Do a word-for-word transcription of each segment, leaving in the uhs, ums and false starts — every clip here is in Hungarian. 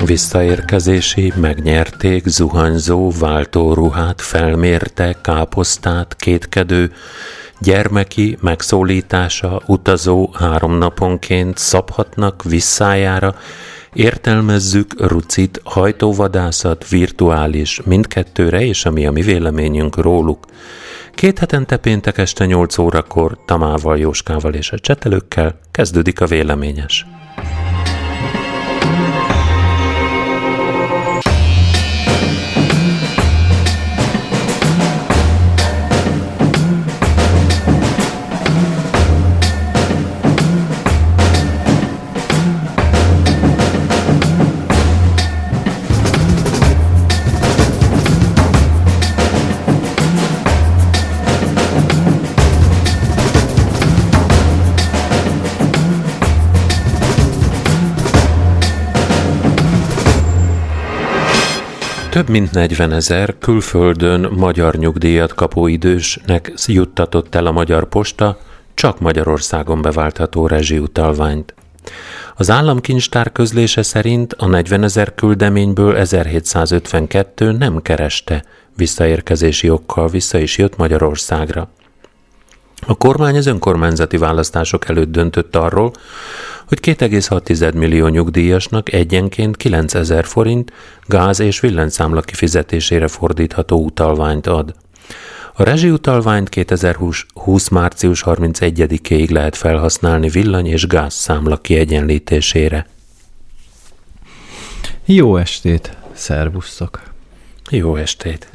Visszaérkezési, megnyerték, zuhanyzó, váltóruhát, felmérte, káposztát, kétkedő, gyermeki, megszólítása, utazó, három naponként szabhatnak visszájára, értelmezzük, rucit, hajtóvadászat, virtuális, mindkettőre és ami a mi véleményünk róluk. Két hetente péntek este nyolc órakor Tamával, Jóskával és a csetelőkkel kezdődik a véleményes. Több mint negyvenezer külföldön magyar nyugdíjat kapó idősnek juttatott el a Magyar Posta csak Magyarországon beváltható rezsiutalványt. Az államkincstár közlése szerint a negyvenezer küldeményből ezerhétszázötvenkettő nem kereste visszaérkezési jokkal vissza is jött Magyarországra. A kormány az önkormányzati választások előtt döntött arról, hogy két egész hat millió nyugdíjasnak egyenként kilencezer forint gáz- és villanyszámla kifizetésére fordítható utalványt ad. A rezsiutalványt kétezer-húsz március harmincegyedikéig lehet felhasználni villany- és gázszámla kiegyenlítésére. Jó estét, szervusztok! Jó estét!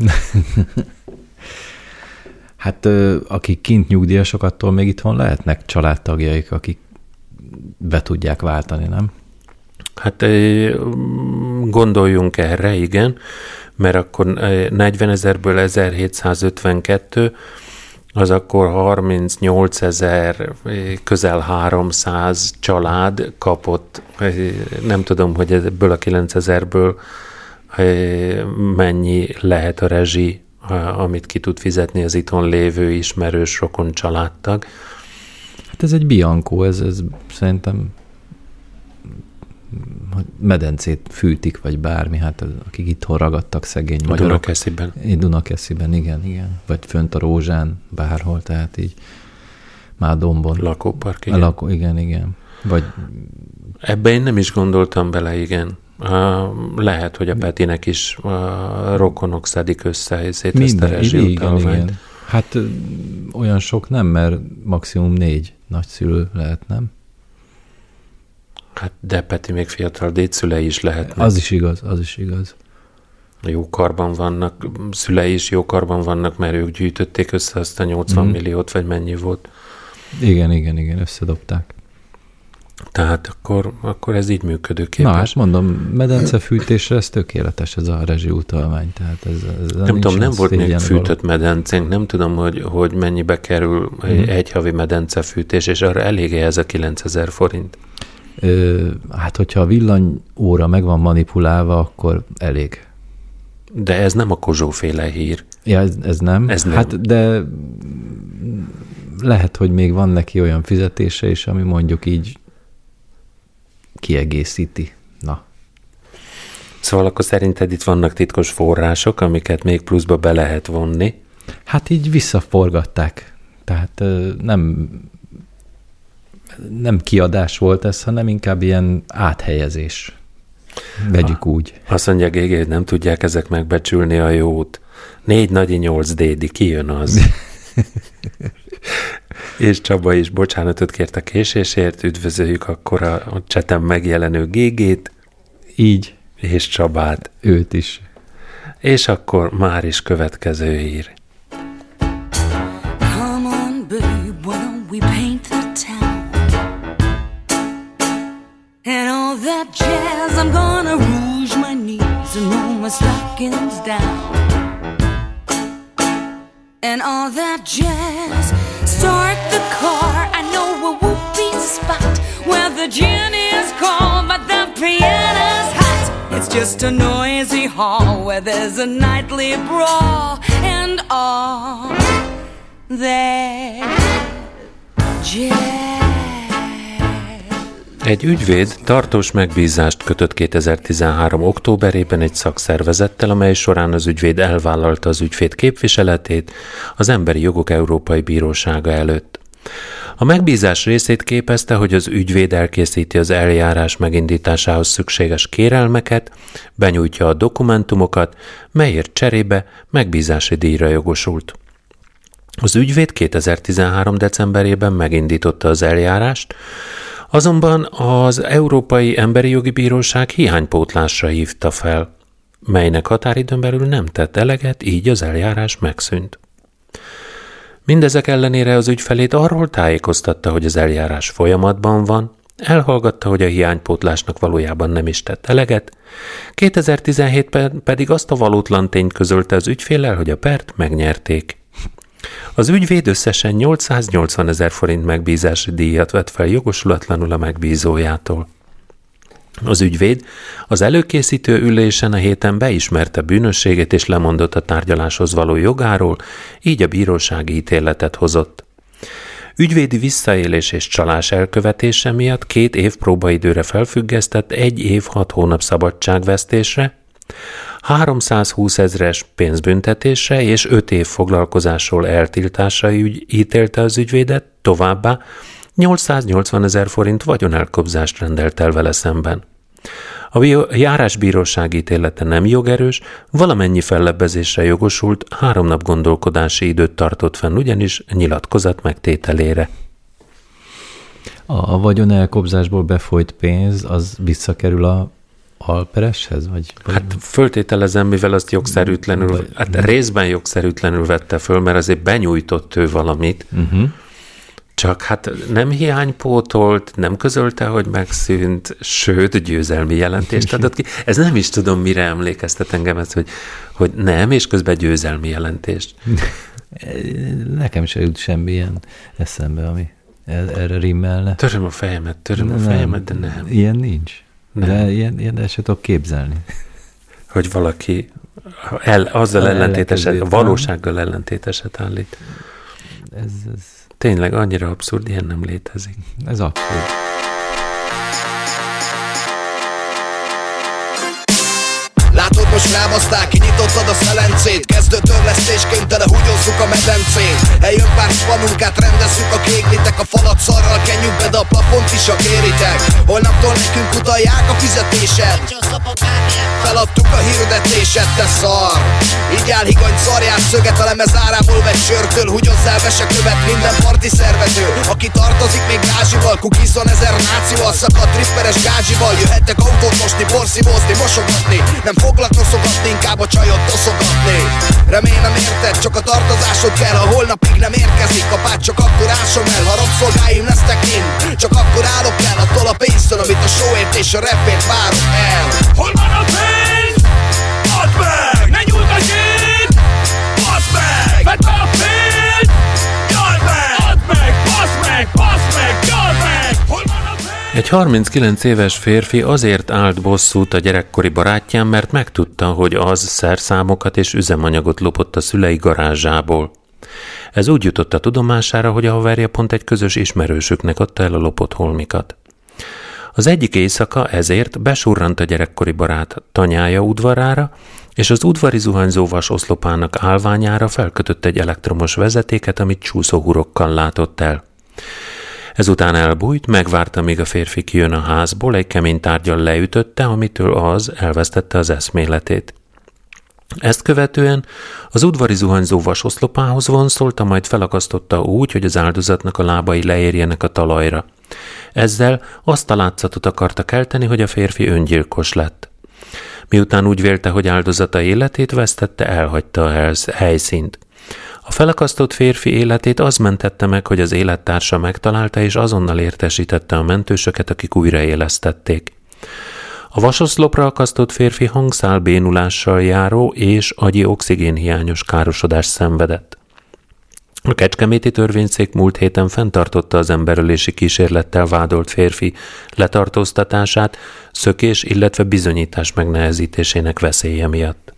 Hát akik kint nyugdíjasok, attól még itthon lehetnek családtagjaik, akik be tudják váltani, nem? Hát gondoljunk erre, igen, mert akkor negyvenezerből ezerhétszázötvenkettő, az akkor harmincnyolcezer, közel háromszáz család kapott, nem tudom, hogy ebből a kilencezerből mennyi lehet a rezsi, amit ki tud fizetni az itthon lévő ismerős rokon családtag. Hát ez egy biankó, ez, ez szerintem medencét fűtik, vagy bármi, hát akik itthon ragadtak szegény a magyarok. Dunakesziben. Dunakesziben, igen, igen. Vagy fönt a Rózsán, bárhol, tehát így Mádombon. Lakópark, igen. Lakó, igen, igen. Vagy... Ebbe én nem is gondoltam bele, igen. Lehet, hogy a Petinek is a rokonok szedik össze ezt a rezsiutalványt. Hát olyan sok nem, mert maximum négy nagyszülő lehet, nem? Hát de Peti még fiatal dédszülei is lehetnek. Az is igaz, az is igaz. Jó karban vannak, szülei is jó karban vannak, mert ők gyűjtötték össze azt a nyolcvan mm. milliót, vagy mennyi volt. Igen, igen, igen, összedobták. Tehát akkor, akkor ez így működőképes. Na hát mondom, medencefűtésre ez tökéletes, ez a rezsiutalvány. Tehát ez, ez nem tudom, nem volt még fűtött medencénk, nem tudom, hogy, hogy mennyibe kerül hmm. egy havi medencefűtés, és arra elég ez a kilencezer forint? Ö, hát, hogyha a villanyóra meg van manipulálva, akkor elég. De ez nem a Kozsóféle hír. Ja, ez, ez nem. Ez nem. Hát, de lehet, hogy még van neki olyan fizetése is, ami mondjuk így kiegészíti. Na. Szóval akkor szerinted itt vannak titkos források, amiket még pluszba be lehet vonni? Hát így visszaforgatták. Tehát nem, nem kiadás volt ez, hanem inkább ilyen áthelyezés. Vegyük úgy. Azt mondja Gégé, hogy nem tudják ezek megbecsülni a jót. Négy nagyi nyolc dédi, ki jön az? És Csaba is bocsánatot kért a késésért, üdvözöljük akkor a, a cseten megjelenő Gégét. Így. És Csabát. Őt is. És akkor már is következő hír. Come on, babe, why don't we paint the town? And all that jazz, I'm gonna rouge my knees and roll my stockings down. And all that jazz, start the car. I know a whoopee spot where the gin is cold, but the piano's hot. It's just a noisy hall where there's a nightly brawl. And all that jazz Egy ügyvéd tartós megbízást kötött kétezer-tizenhárom októberében egy szakszervezettel, amely során az ügyvéd elvállalta az ügyvéd képviseletét az Emberi Jogok Európai Bírósága előtt. A megbízás részét képezte, hogy az ügyvéd elkészíti az eljárás megindításához szükséges kérelmeket, benyújtja a dokumentumokat, melyért cserébe megbízási díjra jogosult. Az ügyvéd kétezer-tizenhárom decemberében megindította az eljárást, azonban az Európai Emberi Jogi Bíróság hiánypótlásra hívta fel, melynek határidőn belül nem tett eleget, így az eljárás megszűnt. Mindezek ellenére az ügyfelét arról tájékoztatta, hogy az eljárás folyamatban van, elhallgatta, hogy a hiánypótlásnak valójában nem is tett eleget, kétezer-tizenhétben pedig azt a valótlan tényt közölte az ügyféllel, hogy a pert megnyerték. Az ügyvéd összesen nyolcszáznyolcvan ezer forint megbízási díjat vett fel jogosulatlanul a megbízójától. Az ügyvéd az előkészítő ülésen a héten beismerte bűnösségét és lemondott a tárgyaláshoz való jogáról, így a bírósági ítéletet hozott. Ügyvédi visszaélés és csalás elkövetése miatt két év próbaidőre felfüggesztett egy év hat hónap szabadságvesztésre, háromszázhúsz ezres pénzbüntetésre és öt év foglalkozásról eltiltásra ügy, ítélte az ügyvédet, továbbá nyolcszáznyolcvan ezer forint vagyonelkobzást rendelt el vele szemben. A járásbíróság ítélete nem jogerős, valamennyi fellebbezésre jogosult, három nap gondolkodási időt tartott fenn ugyanis nyilatkozat megtételére. A vagyonelkobzásból befolyt pénz, az visszakerül a alpereshez? Vagy, vagy... Hát föltételezem, mivel azt jogszerűtlenül, vagy... hát részben jogszerűtlenül vette föl, mert azért benyújtott ő valamit, uh-huh. Csak hát nem hiánypótolt, nem közölte, hogy megszűnt, sőt, győzelmi jelentést adott ki. Ez nem is tudom, mire emlékeztet engem ez, hogy, hogy nem, és közben győzelmi jelentést. Nekem sem jut semmi ilyen eszembe, ami erre rimmelne. Töröm a fejemet, töröm nem, a fejemet, de nem. Ilyen nincs. Nem. De ilyen, ilyen el sem tudok képzelni. Hogy valaki el, azzal ellentéteset, a valósággal ellentéteset állít. Ez, ez tényleg annyira abszurd, ilyen nem létezik. Ez abszurd. Látod, most rábaszták, kinyitottad a szelencét. Kezdő törlesztésként tele húgyozzuk a medencén. Eljön pár spanunkát, rendezzük a kéglitek. A falat szarral kenjük be, de a plafont is a kéritek. Holnaptól nekünk utalják a fizetéset. Feladtuk a hirdetéset, te szar. Így áll higany szarját, szöget a lemez árából vett sörtől. Húgyozzál be se követ minden parti szervező. Aki tartozik még gázsival, kukiszon ezer nácival. Szakadt tripperes gázsival. Jöhettek autót mosni, porszívózni, mosogatni. Nem foglak noszogatni, inkább a csajot toszogatni. Remélem érted, csak a tartozásod kell. Ha holnapig nem érkezik, a párt csak akkor ásom el. Ha rabszolgáim lesznek kint, csak akkor állok el. Attól a pénztől, amit a showért és a rapért várok el. Hol van a pénz? Add meg! Ne nyújtasd! Basz meg! Vedd be a pénzt! Nyald meg! Add meg! Basz meg! Basz meg! Nyald meg! Hol van a pénz? Egy harminckilenc éves férfi azért állt bosszút a gyerekkori barátján, mert megtudta, hogy az szerszámokat és üzemanyagot lopott a szülei garázsából. Ez úgy jutott a tudomására, hogy a haverja pont egy közös ismerősüknek adta el a lopott holmikat. Az egyik éjszaka ezért besurrant a gyerekkori barát tanyája udvarára, és az udvari zuhanyzóvas oszlopának állványára felkötött egy elektromos vezetéket, amit csúszóhurokkal látott el. Ezután elbújt, megvárta, míg a férfi kijön a házból, egy kemény tárggyal leütötte, amitől az elvesztette az eszméletét. Ezt követően az udvari zuhanyzó vasoszlopához vonszolta, majd felakasztotta úgy, hogy az áldozatnak a lábai leérjenek a talajra. Ezzel azt a látszatot akarta kelteni, hogy a férfi öngyilkos lett. Miután úgy vélte, hogy áldozata életét vesztette, elhagyta a helyszínt. A felakasztott férfi életét az mentette meg, hogy az élettársa megtalálta és azonnal értesítette a mentősöket, akik újraélesztették. A vasoszlopra akasztott férfi hangszálbénulással járó és agyi oxigénhiányos károsodást szenvedett. A Kecskeméti Törvényszék múlt héten fenntartotta az emberölési kísérlettel vádolt férfi letartóztatását szökés, illetve bizonyítás megnehezítésének veszélye miatt.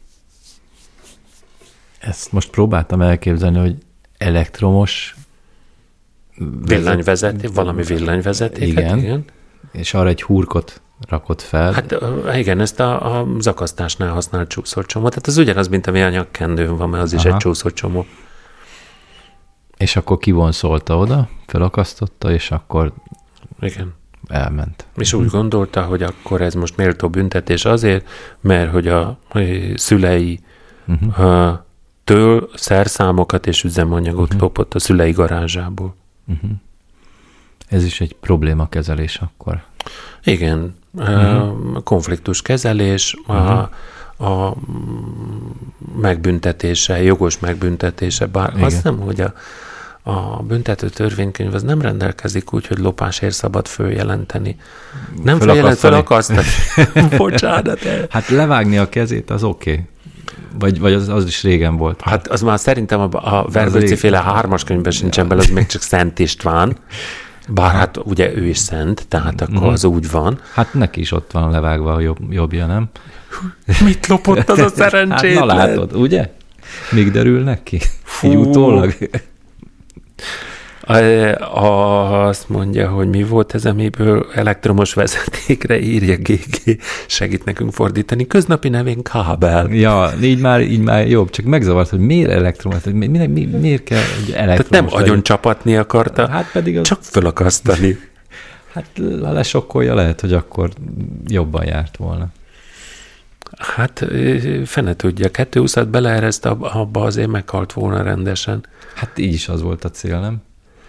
Ezt most próbáltam elképzelni, hogy elektromos villanyvezeték, valami villanyvezeték. Igen. igen. és arra egy hurkot rakott fel. Hát igen, ezt a, a zakasztásnál használt csúszócsomó. Tehát ez ugyanaz, mint ami a nyakkendőn van, mert az Aha. is egy csúszócsomó. És akkor kivonszolta oda, felakasztotta, és akkor igen. elment. És úgy gondolta, hogy akkor ez most méltó büntetés azért, mert hogy a szülei uh-huh. től szerszámokat és üzemanyagot uh-huh. lopott a szülei garázsából. Uh-huh. Ez is egy problémakezelés akkor. Igen, uh-huh. konfliktuskezelés, uh-huh. a, a megbüntetése, jogos megbüntetése, bár Igen. azt nem, hogy a, a büntető törvénykönyv az nem rendelkezik úgy, hogy lopásért szabad följelenteni. Nem följelent, felakasztani. Bocsánat. Hát levágni a kezét, az oké. Okay. Vagy, vagy az, az is régen volt. Hát az már szerintem a, a Verbőci féle hármas könyvben sincsen bele, az még csak Szent István. Bár hát ugye ő is szent, tehát akkor mm-hmm. az úgy van. Hát neki is ott van levágva a jobb, jobbja, nem? Mit lopott az a szerencsétlen? Hát na látod, ugye? Még derülnek ki? Fú. Így utólag. Azt mondja, hogy mi volt ez, amiből elektromos vezetékre írja gé gé, segít nekünk fordítani. Köznapi nevén kábel. Ja, így már, így már jobb, csak megzavart, hogy miért elektromos, mi, mi, mi, miért kell egy elektromos? Tehát nem agyon csapatni akarta, hát pedig az... csak fölakasztani. Hát ha lesokkolja, lehet, hogy akkor jobban járt volna. Hát fene tudja, kettő húszat beleerezt abba, azért meghalt volna rendesen. Hát így is az volt a cél, nem?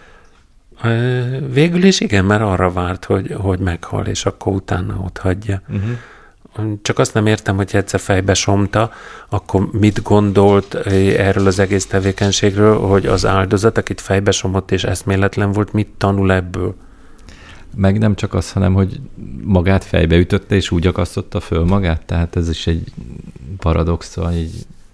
Végül is igen, mert arra várt, hogy, hogy meghal, és akkor utána ott hagyja. Uh-huh. Csak azt nem értem, hogy egyszer fejbe somta, akkor mit gondolt erről az egész tevékenységről, hogy az áldozat, akit fejbe somott és eszméletlen volt, mit tanul ebből? Meg nem csak az, hanem, hogy magát fejbe ütötte, és úgy akasztotta föl magát, tehát ez is egy paradox, szóval így...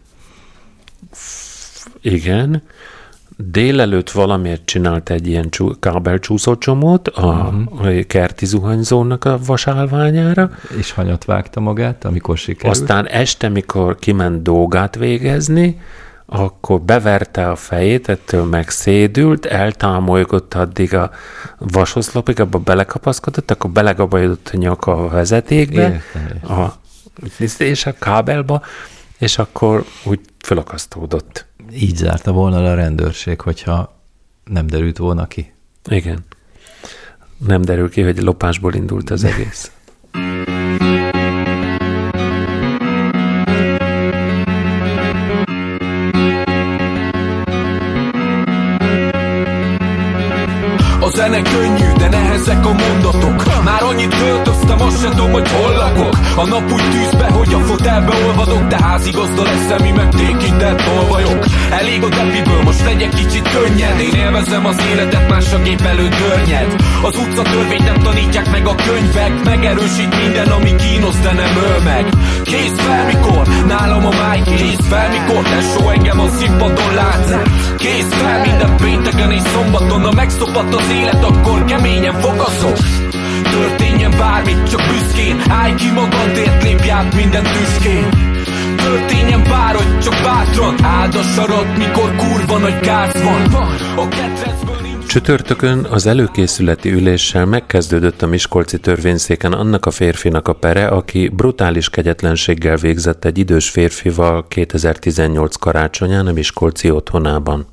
Igen. Délelőtt valamiért csinált egy ilyen csú, kábelcsúszócsomót a, uh-huh. a kerti zuhanyzónak a vasálványára. És hanyat vágta magát, amikor sikerült. Aztán este, mikor kiment dolgát végezni, akkor beverte a fejét, ettől megszédült, eltámolygott addig a vasoszlopig, abba belekapaszkodott, akkor belegabajodott a nyaka a vezetékbe, a, és a kábelba, és akkor úgy felakasztódott. Így zárta volna le a rendőrség, hogyha nem derült volna ki. Igen. Nem derül ki, hogy lopásból indult az egész. A zene könnyű, de nehezek a mondatok. Már annyit költöztem, azt sem tudom, hogy hol lakok. A nap úgy tűzbe, hogy a fotelbe olvadok, de házigazda leszem, mi meg tékindelt tolvajok. Elég a depiből, most legyek kicsit könnyed. Én élvezem az életet, más a gép előtt görnyed. Az utca törvényt nem tanítják meg a könyvek. Megerősít minden, ami kínos, de nem öl meg. Kész fel, mikor nálam a máj. Kész fel, mikor tesó engem a színpadon látsz. Kész fel, minden pénteken és szombaton. Ha megszopat az élet, akkor keményen fogaszok. Történjen bármi, csak büszkén. Állj ki magadért, lépj át minden tüskén. Történjen bárhogy, csak bátran. Áld a sarat, mikor kurva nagy gáz van. A ketrecből nincs... Csütörtökön az előkészületi üléssel megkezdődött a miskolci törvényszéken annak a férfinak a pere, aki brutális kegyetlenséggel végzett egy idős férfival kétezer-tizennyolc karácsonyán a miskolci otthonában.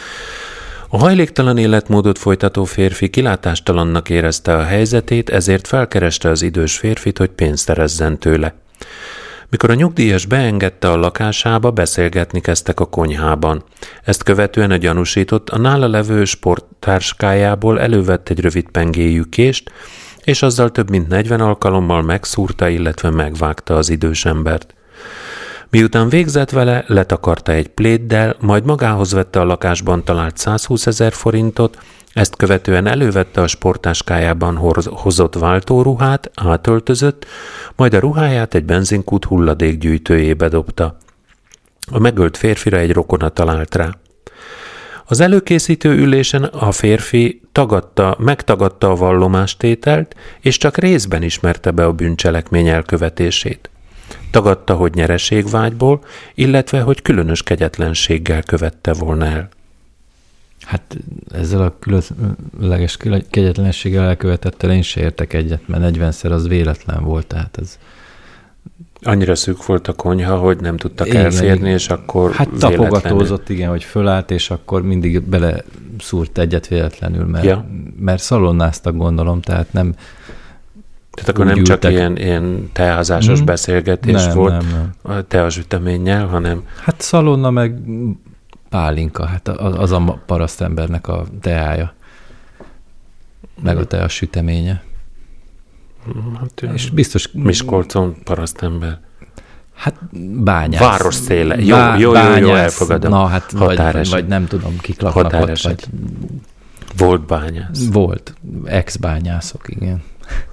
A hajléktalan életmódot folytató férfi kilátástalannak érezte a helyzetét, ezért felkereste az idős férfit, hogy pénzt szerezzen tőle. Mikor a nyugdíjas beengedte a lakásába, beszélgetni kezdtek a konyhában. Ezt követően a gyanúsított a nála levő sporttáskájából elővett egy rövid pengéjű kést, és azzal több mint negyven alkalommal megszúrta, illetve megvágta az idős embert. Miután végzett vele, letakarta egy pléddel, majd magához vette a lakásban talált százhúszezer forintot, ezt követően elővette a sporttáskájában hozott váltóruhát, átöltözött, majd a ruháját egy benzinkút hulladékgyűjtőjébe dobta. A megölt férfira egy rokona talált rá. Az előkészítő ülésen a férfi tagadta, megtagadta a vallomástételt, és csak részben ismerte be a bűncselekmény elkövetését. Tagadta, hogy nyereségvágyból, illetve hogy különös kegyetlenséggel követte volna el. Hát ezzel a különleges kegyetlenséggel elkövetettel én se értek egyet, mert negyvenszer az véletlen volt, tehát ez... Annyira szűk volt a konyha, hogy nem tudtak igen, elférni, és akkor hát véletlenül... tapogatózott, igen, hogy fölállt, és akkor mindig bele szúrt egyet véletlenül, mert, ja. mert szalonnáztak, gondolom, tehát nem... Tehát akkor nem ültek. Csak ilyen, ilyen teázásos mm. beszélgetés nem, volt nem, nem. a teasüteménnyel, hanem... Hát szalonna meg pálinka, hát az a parasztembernek a teája, meg a teasüteménye. Hát, és biztos... Miskolcon parasztember. Hát bányász. Város széle. Jó, Bá, jó, jó, jó, elfogadom. Na, hát vagy, vagy nem tudom, kik laknak ott, vagy... Volt bányász. Volt. Ex-bányászok, igen.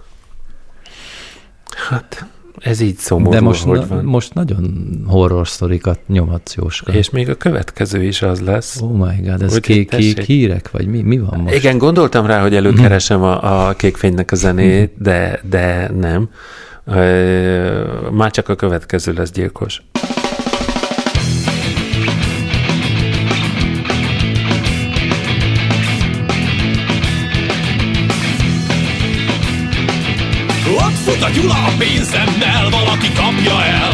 Hát, ez így szomorú, de most, hogy na, van. most nagyon horror sztorikat nyomadsz, Jóska. És még a következő is az lesz. Oh my god, ez kék, kék hírek, vagy mi, mi van most? Igen, gondoltam rá, hogy előkeresem a, a Kékfénynek a zenét, de, de nem. Már csak a következő lesz gyilkos. Ott fut a Gyula a pénzemmel, valaki kapja el.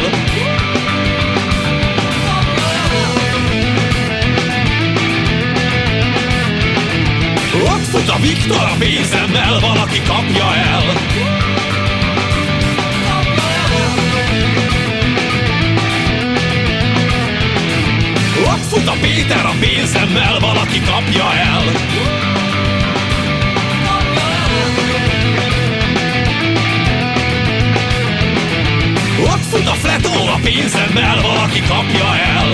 Ott fut a Viktor a pénzemmel, valaki kapja el. Ott fut a Péter a pénzemmel, valaki kapja el. Ott fut a Fletó a pénzemmel, valaki kapja el.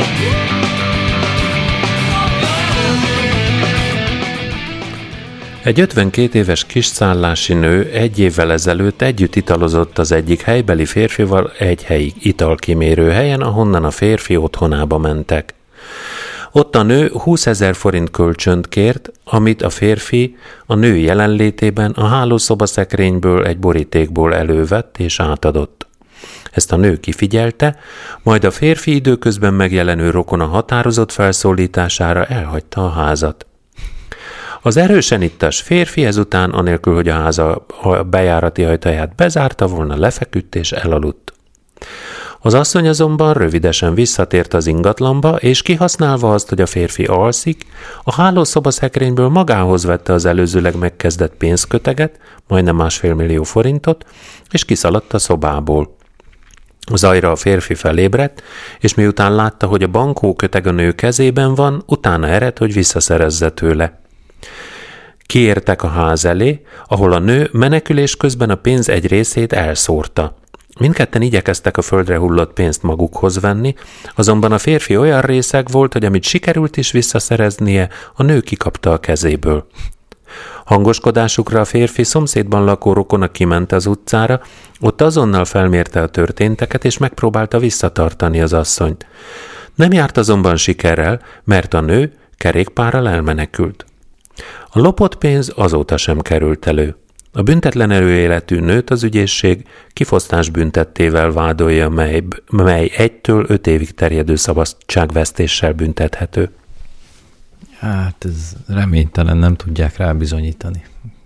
Egy ötvenkét éves kisszállási nő egy évvel ezelőtt együtt italozott az egyik helybeli férfival egy helyi italkimérő helyen, ahonnan a férfi otthonába mentek. Ott a nő húszezer forint kölcsönt kért, amit a férfi a nő jelenlétében a hálószobaszekrényből egy borítékból elővett és átadott. Ezt a nő kifigyelte, majd a férfi időközben megjelenő rokona határozott felszólítására elhagyta a házat. Az erősen ittas férfi ezután, anélkül, hogy a háza a bejárati ajtaját bezárta volna, lefeküdt és elaludt. Az asszony azonban rövidesen visszatért az ingatlanba, és kihasználva azt, hogy a férfi alszik, a hálószobaszekrényből magához vette az előzőleg megkezdett pénzköteget, majdnem másfél millió forintot, és kiszaladt a szobából. Zajra a férfi felébredt, és miután látta, hogy a bankó köteg a nő kezében van, utána eredt, hogy visszaszerezze tőle. Kiértek a ház elé, ahol a nő menekülés közben a pénz egy részét elszórta. Mindketten igyekeztek a földre hullott pénzt magukhoz venni, azonban a férfi olyan részeg volt, hogy amit sikerült is visszaszereznie, a nő kikapta a kezéből. Hangoskodásukra a férfi szomszédban lakó rokona kiment az utcára, ott azonnal felmérte a történteket, és megpróbálta visszatartani az asszonyt. Nem járt azonban sikerrel, mert a nő kerékpárral elmenekült. A lopott pénz azóta sem került elő. A büntetlen előéletű nőt az ügyészség kifosztás büntettével vádolja, mely, mely egytől öt évig terjedő szabadságvesztéssel büntethető. Hát ez reménytelen, nem tudják rá bizonyítani.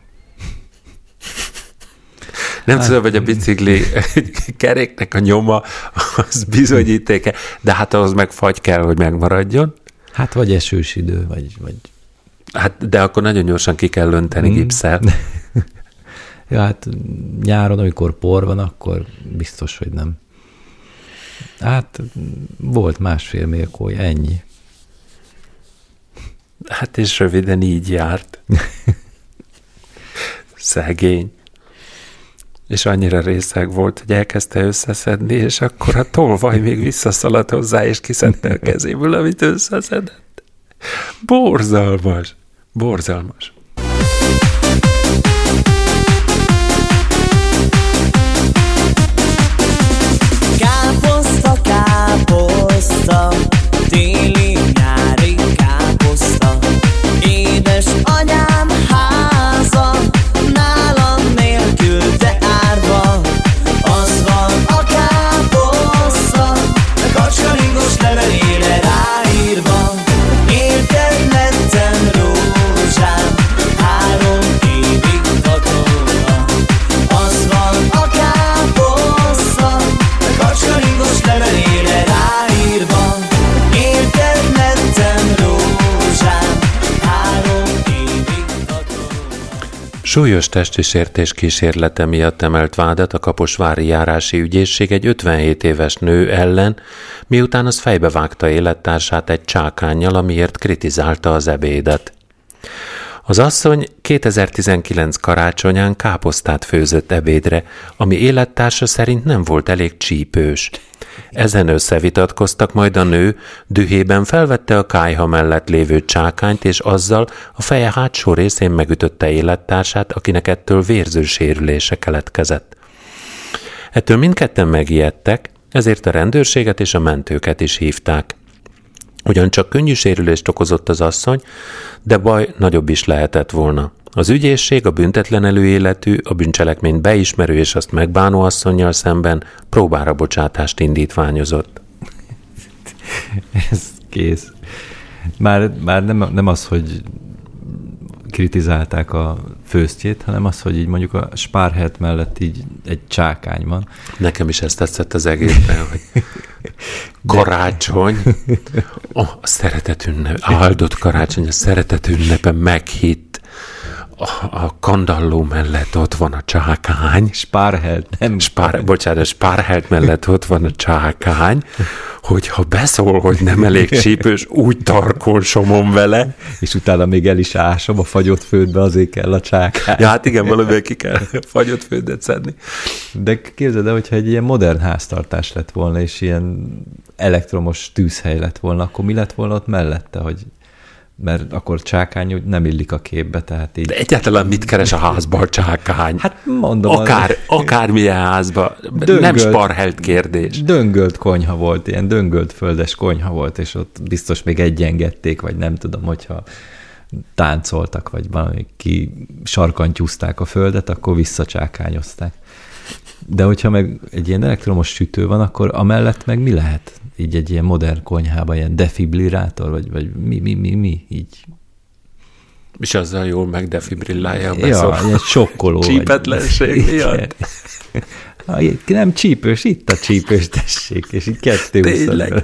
Nem hát, tudom, hogy a bicikli keréknek a nyoma az bizonyítéke, de hát ahhoz meg fagy kell, hogy megmaradjon. Hát vagy esős idő, vagy... vagy... Hát, de akkor nagyon gyorsan ki kell önteni hmm. gipsszel. Ja, hát nyáron, amikor por van, akkor biztos, hogy nem. Hát volt másfél mélkója, ennyi. Hát és röviden így járt. Szegény. És annyira részeg volt, hogy elkezdte összeszedni, és akkor a tolvaj még visszaszaladt hozzá, és kiszedte a kezéből, amit összeszedett. Borzalmas. Borzalmas. Káposzta, káposzta, téli, nyári káposzta, édes anyám háza, nálam nélkül de árva, az van a káposzta, a kacskaringos levelére ráírva, érted lettem róla. súlyos testi sértés kísérlete miatt emelt vádat a kaposvári járási ügyészség egy ötvenhét éves nő ellen, miután az fejbevágta élettársát egy csákánnyal, amiért kritizálta az ebédet. Az asszony kétezer-tizenkilenc karácsonyán káposztát főzött ebédre, ami élettársa szerint nem volt elég csípős. Ezen összevitatkoztak, majd a nő dühében felvette a kályha mellett lévő csákányt, és azzal a feje hátsó részén megütötte élettársát, akinek ettől vérző sérülése keletkezett. Ettől mindketten megijedtek, ezért a rendőrséget és a mentőket is hívták. Ugyancsak könnyű sérülést okozott az asszony, de baj nagyobb is lehetett volna. Az ügyészség a büntetlen előéletű, a bűncselekményt beismerő és azt megbánó asszonnyal szemben próbára bocsátást indítványozott. Ez kész. Már, már nem, nem az, hogy kritizálták a főztjét, hanem az, hogy így mondjuk a Spárhelt mellett így egy csákány van. Nekem is ezt tetszett az egészben, hogy karácsony, oh, a szeretet ünnep, áldott karácsony, a szeretet ünnepe meghitt, a, a kandalló mellett ott van a csákány. Spárhelt, nem. Spár, bocsánat, Spárhelt mellett ott van a csákány, hogyha beszól, hogy nem elég csípős, úgy tarkolsomom vele. És utána még el is ásom a fagyott földbe, azért kell a csákány. Ja, hát igen, valamivel ki kell fagyott földet szedni. De képzeld el, hogyha egy ilyen modern háztartás lett volna, és ilyen elektromos tűzhely lett volna, akkor mi lett volna ott mellette, hogy mert akkor csákány úgy nem illik a képbe, tehát így... De egyáltalán mit keres a házba a csákány? Hát mondom... Akár, az... Akármilyen házba. Döngölt, nem Spárhelt kérdés. Döngölt konyha volt, ilyen döngölt földes konyha volt, és ott biztos még egyengették, vagy nem tudom, hogyha táncoltak, vagy valami ki sarkantyúzták a földet, akkor visszacsákányozták. De hogyha meg egy ilyen elektromos sütő van, akkor amellett meg mi lehet? Így egy ilyen modern konyhában, ilyen defibrillátor, vagy, vagy mi, mi, mi, mi, így. És azzal jól megdefibrillálja a beszól. Ja, ilyen sokkoló. Csípetlenség miatt. Nem csípős, itt a csípős, tessék, és így kettő tényleg.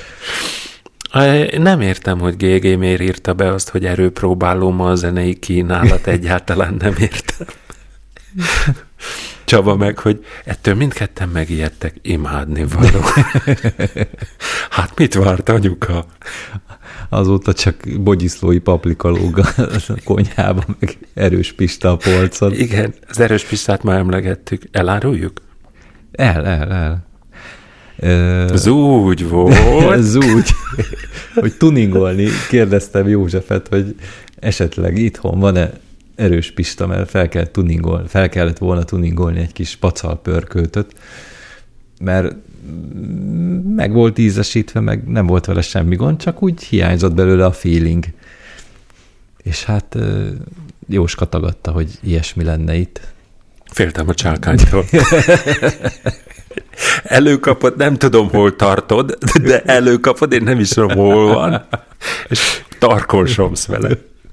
Nem értem, hogy gé gé miért írta be azt, hogy erőpróbáló ma a zenei kínálat, egyáltalán nem értem. Csaba meg, hogy ettől mindketten megijedtek, imádni való. Hát mit várt anyuka? Azóta csak bogyiszlói paprika lóg a konyhában, meg Erős Pista a polcon. Igen, az Erős Pistát már emlegettük. Eláruljuk? El, el, el. Ez úgy volt. Ez úgy, hogy tuningolni. Kérdeztem Józsefet, hogy esetleg itthon van-e Erős Pista, mert fel, kell tuningol, fel kellett volna tuningolni egy kis pacalpörköltöt, mert meg volt ízesítve, meg nem volt vele semmi gond, csak úgy hiányzott belőle a feeling. És hát Jóska tagadta, hogy ilyesmi lenne itt. Féltem a csákánytól. Előkapod, nem tudom, hol tartod, de előkapod, én nem is tudom, hol van, és tarkolsomsz vele.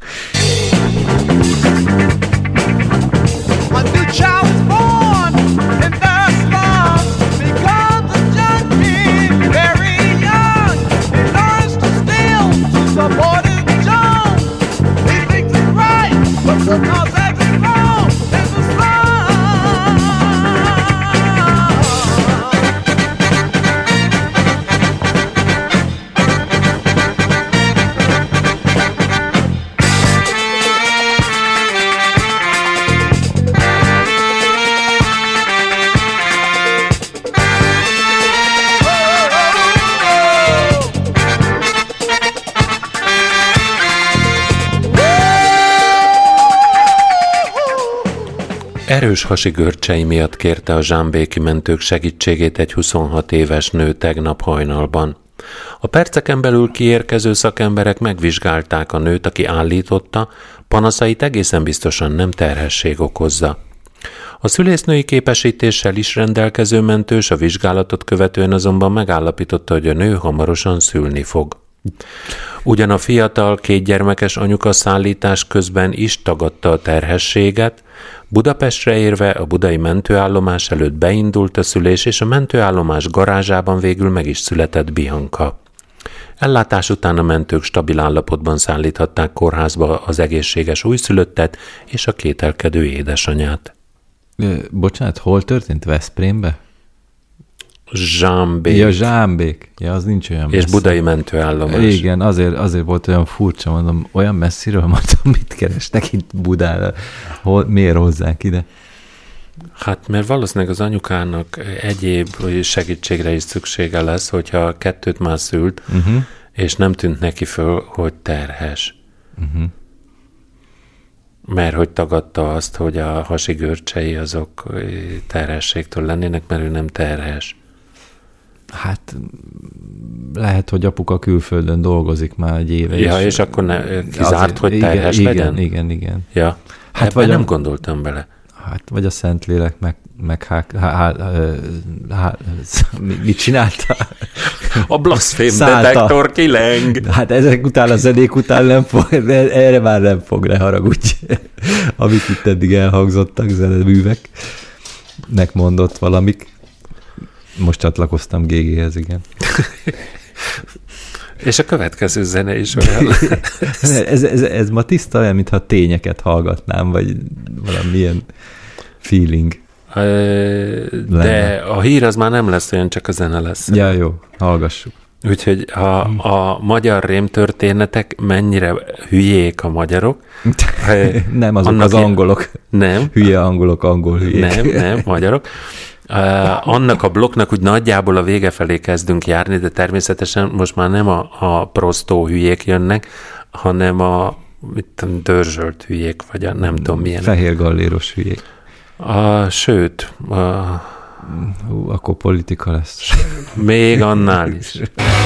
Erős hasi görcsei miatt kérte a zsámbéki mentők segítségét egy huszonhat éves nő tegnap hajnalban. A perceken belül kiérkező szakemberek megvizsgálták a nőt, aki állította, panaszait egészen biztosan nem terhesség okozza. A szülésznői képesítéssel is rendelkező mentős a vizsgálatot követően azonban megállapította, hogy a nő hamarosan szülni fog. Ugyan a fiatal, kétgyermekes anyuka szállítás közben is tagadta a terhességet, Budapestre érve a budai mentőállomás előtt beindult a szülés, és a mentőállomás garázsában végül meg is született Bianca. Ellátás után a mentők stabil állapotban szállíthatták kórházba az egészséges újszülöttet és a kételkedő édesanyát. Bocsánat, hol történt? Veszprémbe? Zsámbék. Ja, Zsámbék. Ja, az nincs olyan És messze. budai mentőállomás. Igen, azért, azért volt olyan furcsa, mondom, olyan messziről mondtam, mit kerestek itt Budára, hol, miért hozzák ide? Hát, mert valószínűleg az anyukának egyéb segítségre is szüksége lesz, hogyha kettőt már szült, uh-huh. és nem tűnt neki föl, hogy terhes. Uh-huh. Mert hogy tagadta azt, hogy a hasi görcsei azok terhességtől lennének, mert ő nem terhes. Hát lehet, hogy apuka külföldön dolgozik már egy éve. Ja, és, és akkor ne, kizárt, azért, hogy terhes igen, legyen? Igen, igen, igen. Ja, hát vagy nem a, gondoltam bele. Hát vagy a Szentlélek meg, meg há, há, há, há, mit csinálta? A blaszfém detektor kileng. Hát ezek után, a zenék után nem fog, erre már nem fog, ne haragudj. Amik itt eddig elhangzottak, zeneművek, megmondott valamik. Most csatlakoztam gé géhez, igen. És a következő zene is olyan. ez, ez, ez ma tiszta olyan, mintha tényeket hallgatnám, vagy valamilyen feeling. De lenne. a hír az már nem lesz olyan, csak a zene lesz. Ja, jó, hallgassuk. Úgyhogy a, a magyar rémtörténetek mennyire hülyék a magyarok. Nem, azok az angolok. Nem. Hülye angolok, angol hülyék. Nem, nem, magyarok. Uh, annak a blokknak úgy nagyjából a vége felé kezdünk járni, de természetesen most már nem a, a prostó hülyék jönnek, hanem a itt, dörzsölt hülyék, vagy a nem tudom milyen. Fehér galléros hülyék. A, sőt, a, Hú, akkor politika lesz. Még annál is.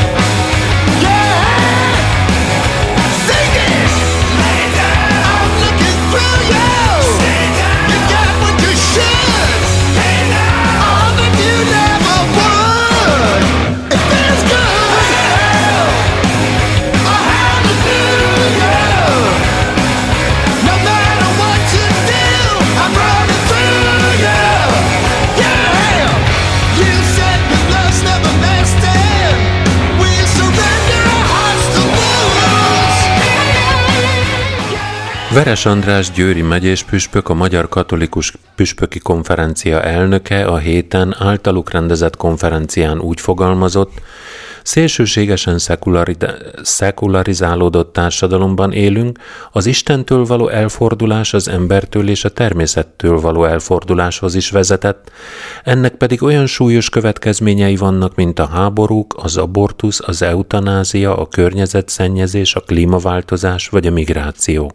Veres András győri megyés püspök, a Magyar Katolikus Püspöki Konferencia elnöke a héten általuk rendezett konferencián úgy fogalmazott, szélsőségesen szekulari- szekularizálódott társadalomban élünk, az Istentől való elfordulás az embertől és a természettől való elforduláshoz is vezetett, ennek pedig olyan súlyos következményei vannak, mint a háborúk, az abortusz, az eutanázia, a környezetszennyezés, a klímaváltozás vagy a migráció.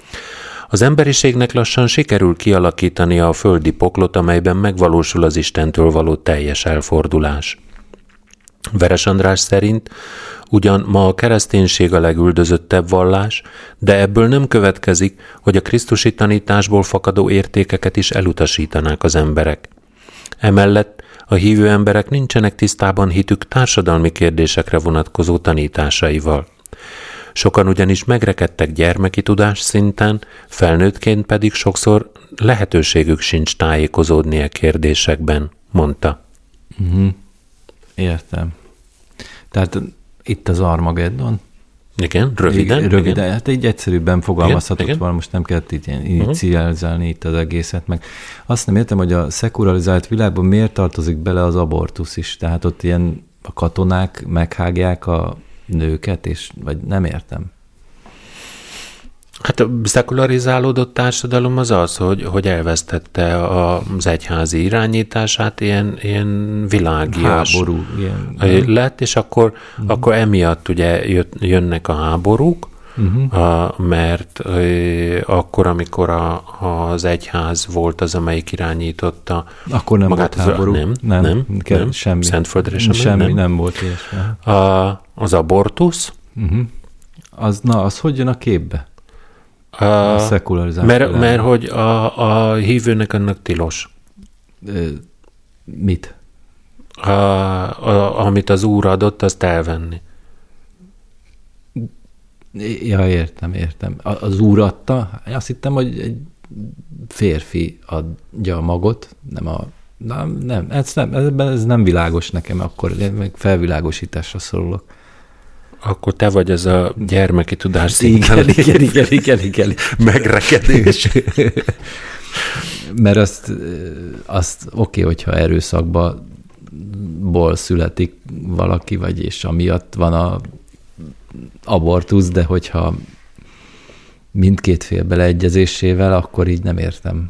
Az emberiségnek lassan sikerül kialakítania a földi poklot, amelyben megvalósul az Istentől való teljes elfordulás. Veres András szerint ugyan ma a kereszténység a legüldözöttebb vallás, de ebből nem következik, hogy a krisztusi tanításból fakadó értékeket is elutasítanák az emberek. Emellett a hívő emberek nincsenek tisztában hitük társadalmi kérdésekre vonatkozó tanításaival. Sokan ugyanis megrekedtek gyermeki tudás szinten, felnőttként pedig sokszor lehetőségük sincs tájékozódni a kérdésekben, mondta. Uh-huh. Értem. Tehát itt az Armageddon? Igen, röviden. I- röviden, igen. Hát így egyszerűbben fogalmazhatott volna, most nem kellett így inicializálni uh-huh. itt az egészet, meg azt nem értem, hogy a szekularizált világban miért tartozik bele az abortusz is, tehát ott ilyen a katonák meghágják a nőket, és vagy nem értem. Hát a szekularizálódott társadalom az az, hogy, hogy elvesztette az egyházi irányítását, ilyen, ilyen világias háború ilyen, lett, és akkor, uh-huh. akkor emiatt ugye jönnek a háborúk, uh-huh. a, mert e, akkor, amikor a, az egyház volt az, amelyik irányította akkor nem magát, volt háború. Nem, nem, nem, kell, nem. semmi. Szentföldre sem. Semmi, nem, nem volt ilyesmi. A, az abortusz. Uh-huh. Az, na, az hogy jön a képbe? A, a szekularizált. Mert, mert hogy a, a hívőnek annak tilos. Ö, mit? A, a, amit az Úr adott, azt elvenni. Ja, értem, értem. Az Úr adta, azt hittem, hogy egy férfi adja a magot, nem a... Nem, nem, ez nem, ez, ez nem világos nekem, akkor meg felvilágosításra szorulok. Akkor te vagy ez a gyermeki tudás Igen, igen, igen, igen, igen. megrekedés. Mert azt, azt oké, okay, hogyha erőszakba ból születik valaki, vagy és amiatt van a abortusz, de hogyha mindkét fél beleegyezésével, akkor így nem értem.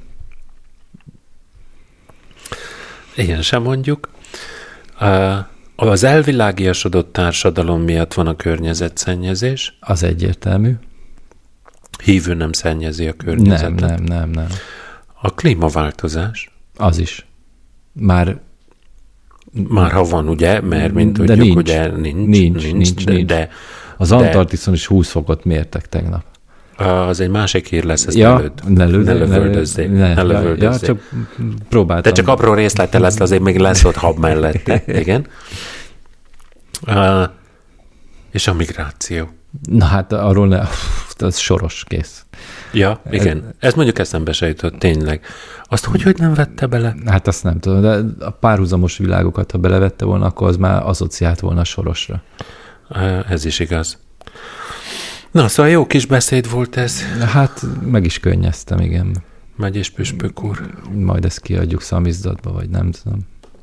Ilyen sem mondjuk. Az elvilágiasodott társadalom miatt van a környezetszennyezés. Az egyértelmű. Hívő nem szennyezi a környezetet. Nem, nem, nem, nem. A klímaváltozás. Az is. Már Már ha van, ugye, mert mint tudjuk, nincs. ugye nincs. Nincs, nincs, nincs. de, nincs. de az Antarktiszon is húsz fokot mértek tegnap. az egy másik hír lesz, ezt ja, ne lőd. Ne, lőd, ne lövöldözzél. Ne, Ne ja, lövöldözzél. ja, csak próbáltam. De csak apró részlete lesz, azért még lesz ott hab mellette. Igen. Uh, és a migráció. Na hát arról ne, ez soros, kész. Ja, igen. Ez mondjuk eszembe se jutott, tényleg. Azt hogy, hogy nem vette bele? Hát azt nem tudom, de a párhuzamos világokat, ha belevette volna, akkor az már asszociált volna sorosra. Uh, ez is igaz. Na, szóval jó kis beszéd volt ez. Hát meg is könnyeztem, igen. Megy és püspök úr. Majd ezt kiadjuk szamizdatba, vagy nem tudom.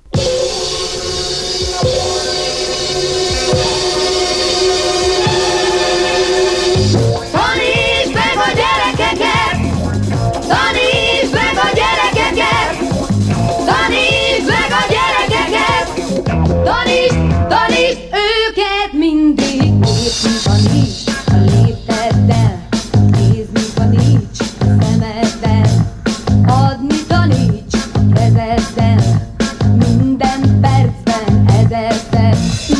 Tanítsd meg a gyerekeket! Tanítsd meg a gyerekeket! Tanítsd meg a gyerekeket! Tanítsd, tanítsd őket mindig! Nézd, tanítsd a lépteddel! Nézd, mint tanítsd a szemeddel! Adni tanítsd a kezeddel! Minden percben ezerszer!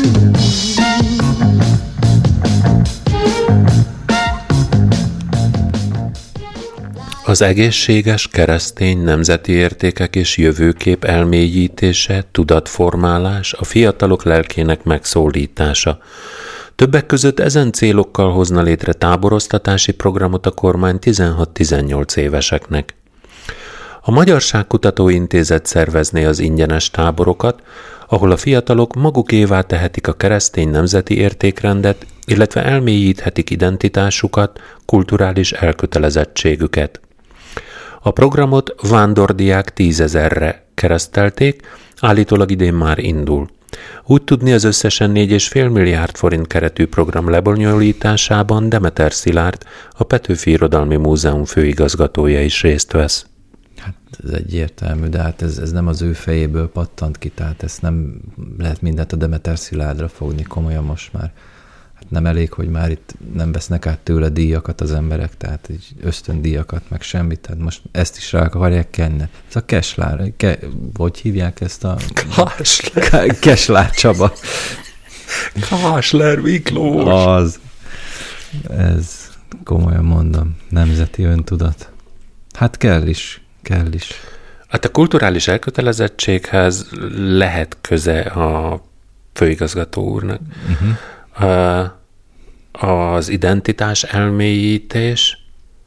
Az egészséges keresztény nemzeti értékek és jövőkép elmélyítése, tudatformálás, a fiatalok lelkének megszólítása. Többek között ezen célokkal hozna létre táboroztatási programot a kormány tizenhat-tizennyolc éveseknek. A Magyarságkutató Intézet szervezné az ingyenes táborokat, ahol a fiatalok magukévá tehetik a keresztény nemzeti értékrendet, illetve elmélyíthetik identitásukat, kulturális elkötelezettségüket. A programot vándordiák tízezerre keresztelték, állítólag idén már indul. Úgy tudni, az összesen négy egész öt milliárd forint keretű program lebonyolításában Demeter Szilárd, a Petőfi Irodalmi Múzeum főigazgatója is részt vesz. Hát ez egyértelmű, de hát ez, ez nem az ő fejéből pattant ki, tehát ezt nem lehet mindent a Demeter Szilárdra fogni komolyan most már. Hát nem elég, hogy már itt nem vesznek át tőle díjakat az emberek, tehát így ösztöndíjakat, meg semmit, tehát most ezt is rá akarják kenni. Ez a Keslár, ke, hogy hívják ezt a... Kásler. Keslár Csaba. Kásler Miklós. Az. Ez komolyan mondom, nemzeti öntudat. Hát kell is, kell is. Hát a kulturális elkötelezettséghez lehet köze a főigazgató úrnak. Uh-huh. Az identitás elmélyítés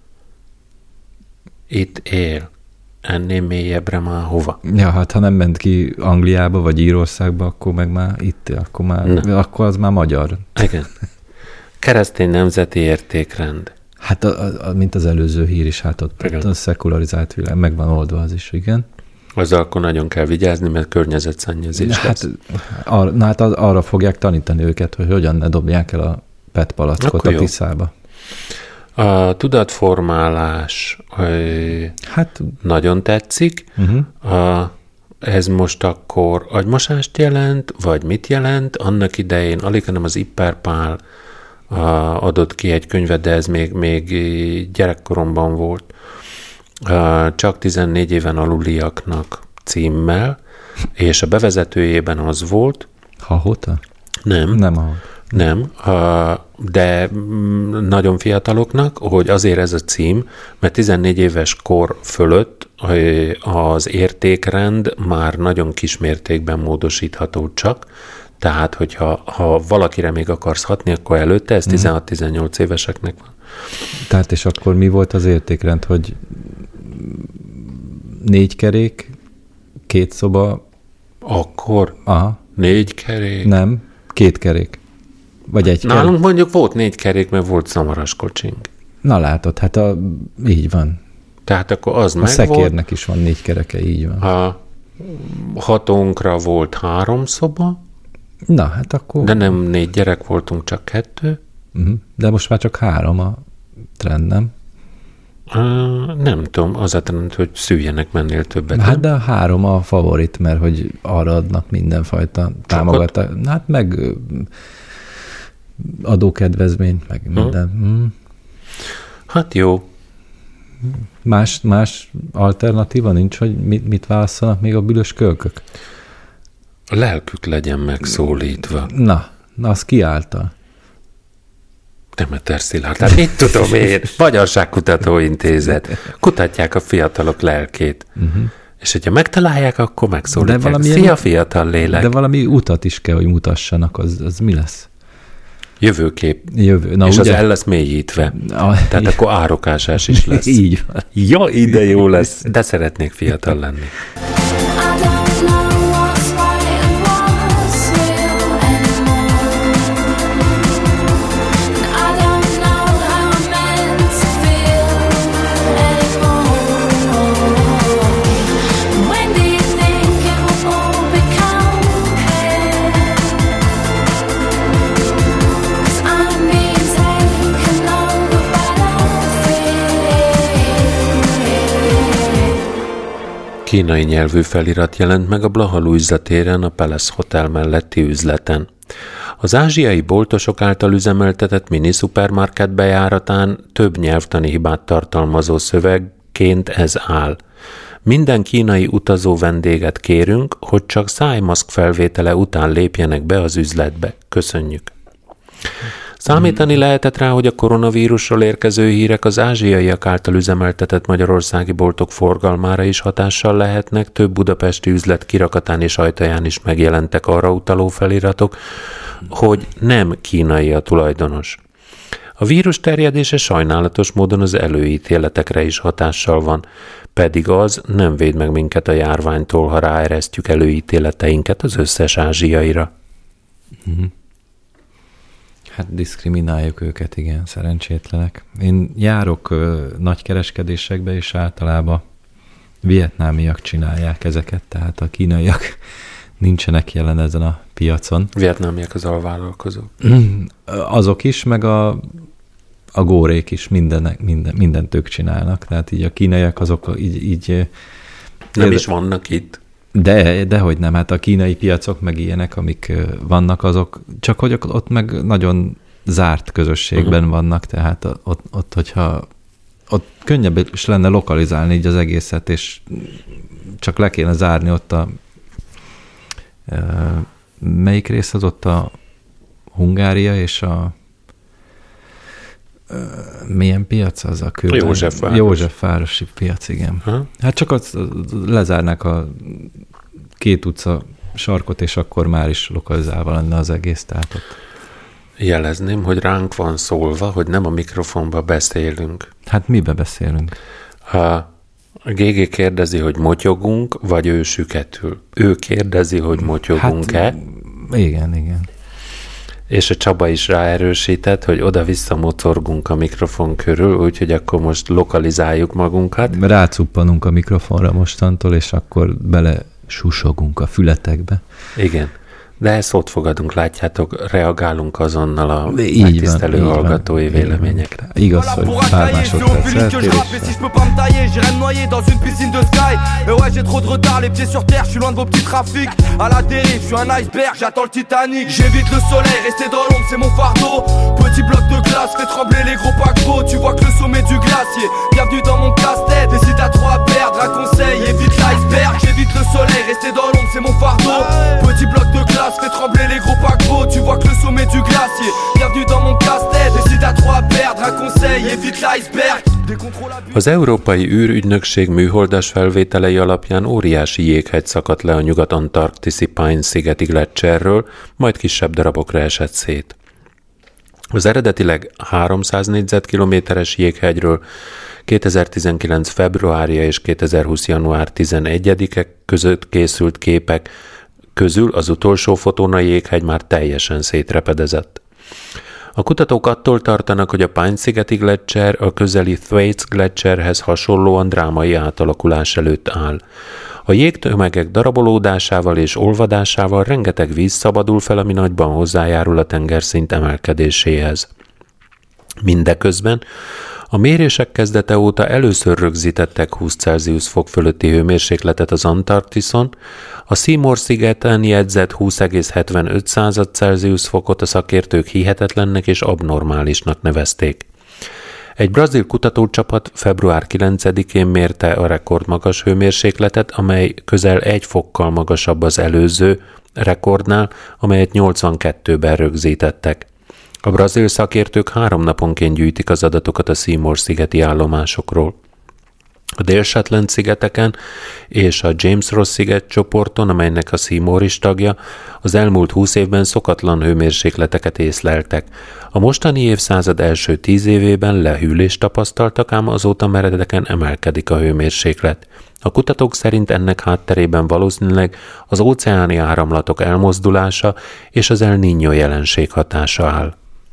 itt él. Ennél mélyebbre már hova? Ja, hát ha nem ment ki Angliába vagy Írországba, akkor meg már itt, akkor, már, akkor az már magyar. Igen. Keresztény nemzeti értékrend. Hát a, a, mint az előző hír is, hát ott, ott a szekularizált világ, meg van oldva az is, igen. Azzal akkor nagyon kell vigyázni, mert környezetszennyezés hát, lesz. Ar, na hát arra fogják tanítani őket, hogy hogyan ne dobják el a pé é té palackot akkor a jó. Tiszába. A tudatformálás hát, nagyon tetszik. Uh-huh. A, ez most akkor agymosást jelent, vagy mit jelent? Annak idején alig, hanem az Ipper Pál adott ki egy könyvet, de ez még, még gyerekkoromban volt. Csak tizennégy éven aluliaknak címmel, és a bevezetőjében az volt. Hahota? Nem. Nem Hahota. Nem, de nagyon fiataloknak, hogy azért ez a cím, mert tizennégy éves kor fölött az értékrend már nagyon kismértékben módosítható csak, tehát, hogyha ha valakire még akarsz hatni, akkor előtte, ez tizenhat-tizennyolc éveseknek van. Tehát, és akkor mi volt az értékrend, hogy négy kerék, két szoba? Akkor? Aha. Négy kerék? Nem, két kerék. Vagy egy Nálunk kerék. mondjuk volt négy kerék, mert volt szamaras kocsink. Na látod, hát a, így van. Tehát akkor az A meg szekérnek volt. is van négy kereke, így van. A hatonkra volt három szoba, Na, hát akkor... de nem négy gyerek voltunk, csak kettő. Uh-huh. De most már csak három a trend, nem? Uh, nem tudom, az a trend, hogy szüljenek mennél többet. Hát nem? de a három a favorit, mert hogy arra adnak mindenfajta támogatást. Hát meg ö, adókedvezményt, meg minden. Hmm. Hát jó. Más, más alternatíva nincs, hogy mit, mit válasszanak még a büdös kölkök? A lelkük legyen megszólítva. Na, na az ki által? Demeter Szilárd, hát mit tudom én? Magyarságkutató Intézet. Kutatják a fiatalok lelkét. Uh-huh. És hogyha megtalálják, akkor megszólítják. valamilyen- Szia, fiatal lélek. De valami utat is kell, hogy mutassanak, az, az mi lesz? Jövőkép. Jövő. Na, és ugye? az el lesz mélyítve. A, Tehát akkor árokásás is lesz. Így van. Ja, ide jó lesz. De szeretnék fiatal lenni. I don't know what's right and what's real anymore. I don't know how I'm meant to feel anymore. When do you think it will all become clear? 'Cause I'm being taken over by the fear. Kínai nyelvű felirat jelent meg a Blaha Lujza téren, a Palace Hotel melletti üzleten. Az ázsiai boltosok által üzemeltetett mini szupermarket bejáratán több nyelvtani hibát tartalmazó szövegként ez áll. Minden kínai utazó vendéget kérünk, hogy csak szájmaszk felvétele után lépjenek be az üzletbe. Köszönjük. Számítani lehetett rá, hogy a koronavírusról érkező hírek az ázsiaiak által üzemeltetett magyarországi boltok forgalmára is hatással lehetnek, több budapesti üzlet kirakatán és ajtaján is megjelentek arra utaló feliratok, hogy nem kínai a tulajdonos. A vírus terjedése sajnálatos módon az előítéletekre is hatással van, pedig az nem véd meg minket a járványtól, ha ráeresztjük előítéleteinket az összes ázsiaira. Hát diszkrimináljuk őket, igen, szerencsétlenek. Én járok ö, nagy kereskedésekbe, és általában vietnámiak csinálják ezeket, tehát a kínaiak nincsenek jelen ezen a piacon. Vietnámiak az alvállalkozók. Azok is, meg a, a górék is mindenek, minden, mindent ők csinálnak, tehát így a kínaiak azok így... így Nem is vannak itt. De, dehogy nem, hát a kínai piacok meg ilyenek, amik ö, vannak azok, csak hogy ott meg nagyon zárt közösségben uh-huh. vannak, tehát ott, ott, hogyha ott könnyebb is lenne lokalizálni így az egészet, és csak le kéne zárni ott a ö, melyik rész az ott a Hungária és a ö, milyen piac az a kő? Józsefváros. Józsefvárosi piac, igen. Aha. Hát csak az, lezárnák a két utca sarkot, és akkor már is lokalizálva lenne az egész. Tehát ott. Jelezném, hogy ránk van szólva, hogy nem a mikrofonba beszélünk. Hát mibe beszélünk? Ha a gé gé kérdezi, hogy motyogunk, vagy ő süketül. Ő kérdezi, hogy motyogunk-e, Hát, igen, igen. és a Csaba is ráerősített, hogy oda-vissza mocorgunk a mikrofon körül, úgyhogy akkor most lokalizáljuk magunkat. Rácuppanunk a mikrofonra mostantól, és akkor bele susogunk a fületekbe. Igen. De ezt ott fogadunk, látjátok, reagálunk azonnal a Így van, megtisztelő így van, hallgatói így véleményekre. Igaz, hogy pár másodperc que je rappe, et eltérés. si je peux pas me tailler, j'irai me noyer dans une piscine de sky. Et ouais, j'ai trop de retard, les pieds sur terre, je suis loin de vos petits trafics. À la dérive, je suis un iceberg, j'attends le Titanic. J'évite le soleil, rester dans l'ombre, c'est mon fardeau. Petit bloc de glace, fait trembler les gros paquebots. Tu vois que le sommet du glacier, bienvenue dans mon casse-tête. Et si t'as trop à perdre, un conseil, évite l'iceberg. J'évite le soleil, rester dans l'ombre, c'est mon fardeau. Petit bloc de glace, fait trembler les gros paquebots. Tu vois que le sommet du glacier, bienvenue dans mon casse-tête. Et si t'as trop à perdre, un conseil, évite l'iceberg. Az Európai űrügynökség műholdas felvételei alapján óriási jéghegy szakadt le a nyugat-antarktiszi Pine-szigeti gleccserről, majd kisebb darabokra esett szét. Az eredetileg háromszáz négyzetkilométeres jéghegyről kétezer-tizenkilenc februárja és kétezer-húsz január tizenegyedike között készült képek közül az utolsó fotón a jéghegy már teljesen szétrepedezett. A kutatók attól tartanak, hogy a Pine-szigeti gleccser a közeli Thwaites gleccserhez hasonlóan drámai átalakulás előtt áll. A jégtömegek darabolódásával és olvadásával rengeteg víz szabadul fel, ami nagyban hozzájárul a tengerszint emelkedéséhez. Mindeközben a mérések kezdete óta először rögzítettek húsz Celsius fok fölötti hőmérsékletet az Antarktiszon, a Seymour-szigeten jegyzett húsz egész hetvenöt Celsius fokot a szakértők hihetetlennek és abnormálisnak nevezték. Egy brazil kutatócsapat február kilencedikén mérte a rekordmagas hőmérsékletet, amely közel egy fokkal magasabb az előző rekordnál, amelyet nyolcvankettőben rögzítettek. A brazil szakértők három naponként gyűjtik az adatokat a Seymour-szigeti állomásokról. A Dél-Shetland-szigeteken és a James Ross-sziget csoporton, amelynek a Seymour is tagja, az elmúlt húsz évben szokatlan hőmérsékleteket észleltek. A mostani évszázad első tíz évében lehűlést tapasztaltak, ám azóta meredeken emelkedik a hőmérséklet. A kutatók szerint ennek hátterében valószínűleg az óceáni áramlatok elmozdulása és az El Niño jelenség hatása áll.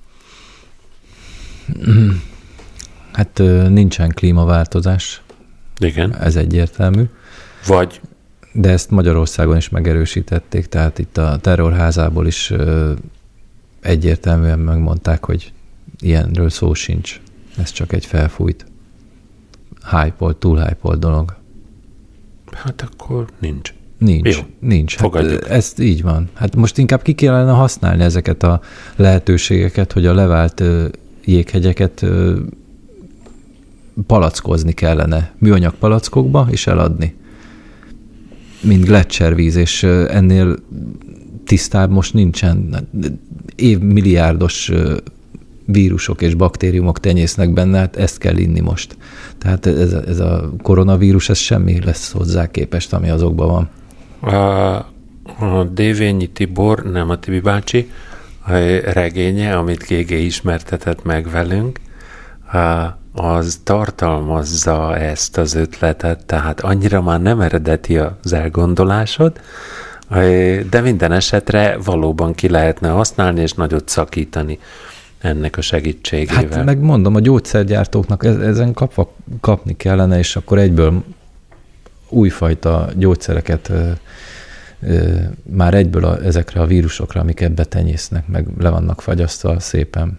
Hát nincsen klímaváltozás. Igen. Ez egyértelmű. Vagy... De ezt Magyarországon is megerősítették, tehát itt a terrorházából is egyértelműen megmondták, hogy ilyenről szó sincs. Ez csak egy felfújt, hype-olt, túl hype-olt dolog. Hát akkor nincs. Nincs, Jó, nincs. Hát fogadjuk. ez így van. Hát most inkább ki kellene használni ezeket a lehetőségeket, hogy a levált jéghegyeket palackozni kellene műanyag palackokba, és eladni. Mint gleccservíz, és ennél tisztább most nincsen. Évmilliárdos vírusok és baktériumok tenyésznek benne, hát ezt kell inni most. Tehát ez a, ez a koronavírus, ez semmi lesz hozzá képest, ami azokban van. A, a Dévényi Tibor, nem a Tibi bácsi, a regénye, amit gé gé ismertetett meg velünk, az tartalmazza ezt az ötletet, tehát annyira már nem eredeti az elgondolásod, de minden esetre valóban ki lehetne használni, és nagyot szakítani ennek a segítségével. Hát meg mondom, a gyógyszergyártóknak ezen kapva, kapni kellene, és akkor egyből újfajta gyógyszereket ö, ö, már egyből a, ezekre a vírusokra, amiket betenyésznek, meg le vannak fagyasztva szépen.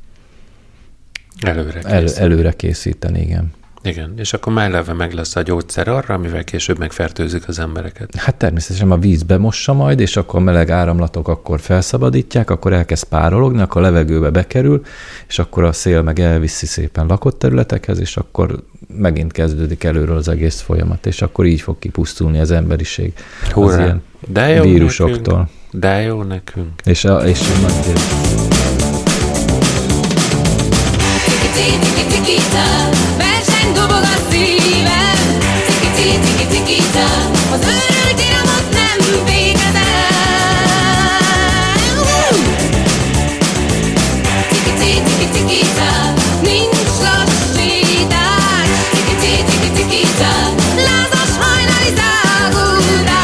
Előre El, előre készíteni, igen. Igen, és akkor már eleve meg lesz a gyógyszer arra, amivel később megfertőzik az embereket. Hát természetesen a vízbe mossa majd, és akkor a meleg áramlatok akkor felszabadítják, akkor elkezd párologni, akkor a levegőbe bekerül, és akkor a szél meg elviszi szépen lakott területekhez, és akkor megint kezdődik előről az egész folyamat, és akkor így fog kipusztulni az emberiség. Hurrá. Az ilyen De jó vírusoktól. Nekünk. De jó nekünk. És a... És a Tiki-tiki-tiki-ta, verseny dobog a szívem. Tiki-tiki-tiki-ta, az őrült iramot nem véged el. Tiki-tiki-tiki-ta, nincs lassítás. Tiki-tiki-tiki-ta, lázas hajnali zágódás.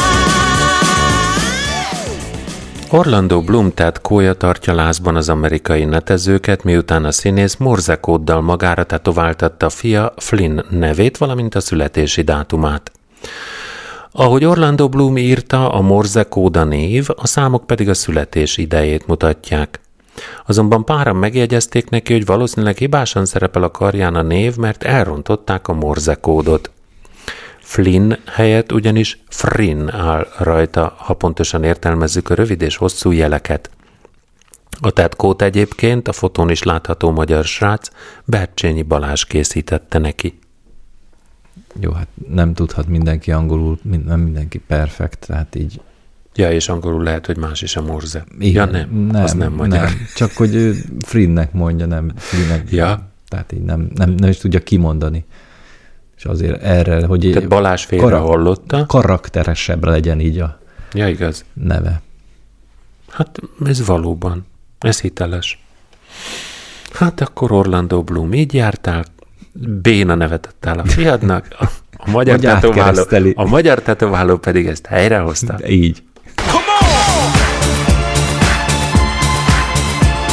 Orlando Bloom tetkója tartja lázban az amerikai netezőket, miután a színész morzekóddal magára tetováltatta fia Flynn nevét, valamint a születési dátumát. Ahogy Orlando Bloom írta, a morzekód a név, a számok pedig a születés idejét mutatják. Azonban páran megjegyezték neki, hogy valószínűleg hibásan szerepel a karján a név, mert elrontották a morzekódot. Flynn helyett ugyanis Frin áll rajta, ha pontosan értelmezzük a rövid és hosszú jeleket. A tetkót egyébként a fotón is látható magyar srác Bercsényi Balázs készítette neki. Jó, hát nem tudhat mindenki angolul, nem mindenki perfekt, tehát így... Ja, és angolul lehet, hogy más is a morze. Igen, ja, nem, nem, az nem magyar. Nem. Csak hogy ő Frinnek mondja, nem Flinnek. Ja. Tehát így nem, nem, nem is tudja kimondani. És azért erre, hogy... Tehát Balázs félre hallotta. Karakteresebb legyen így a ja, igaz. neve. Hát ez valóban. Ez hiteles. Hát akkor Orlando Bloom, így jártál, béna nevet adtál a fiadnak, a, a magyar tetováló, a magyar tetováló pedig ezt helyrehozta. Így.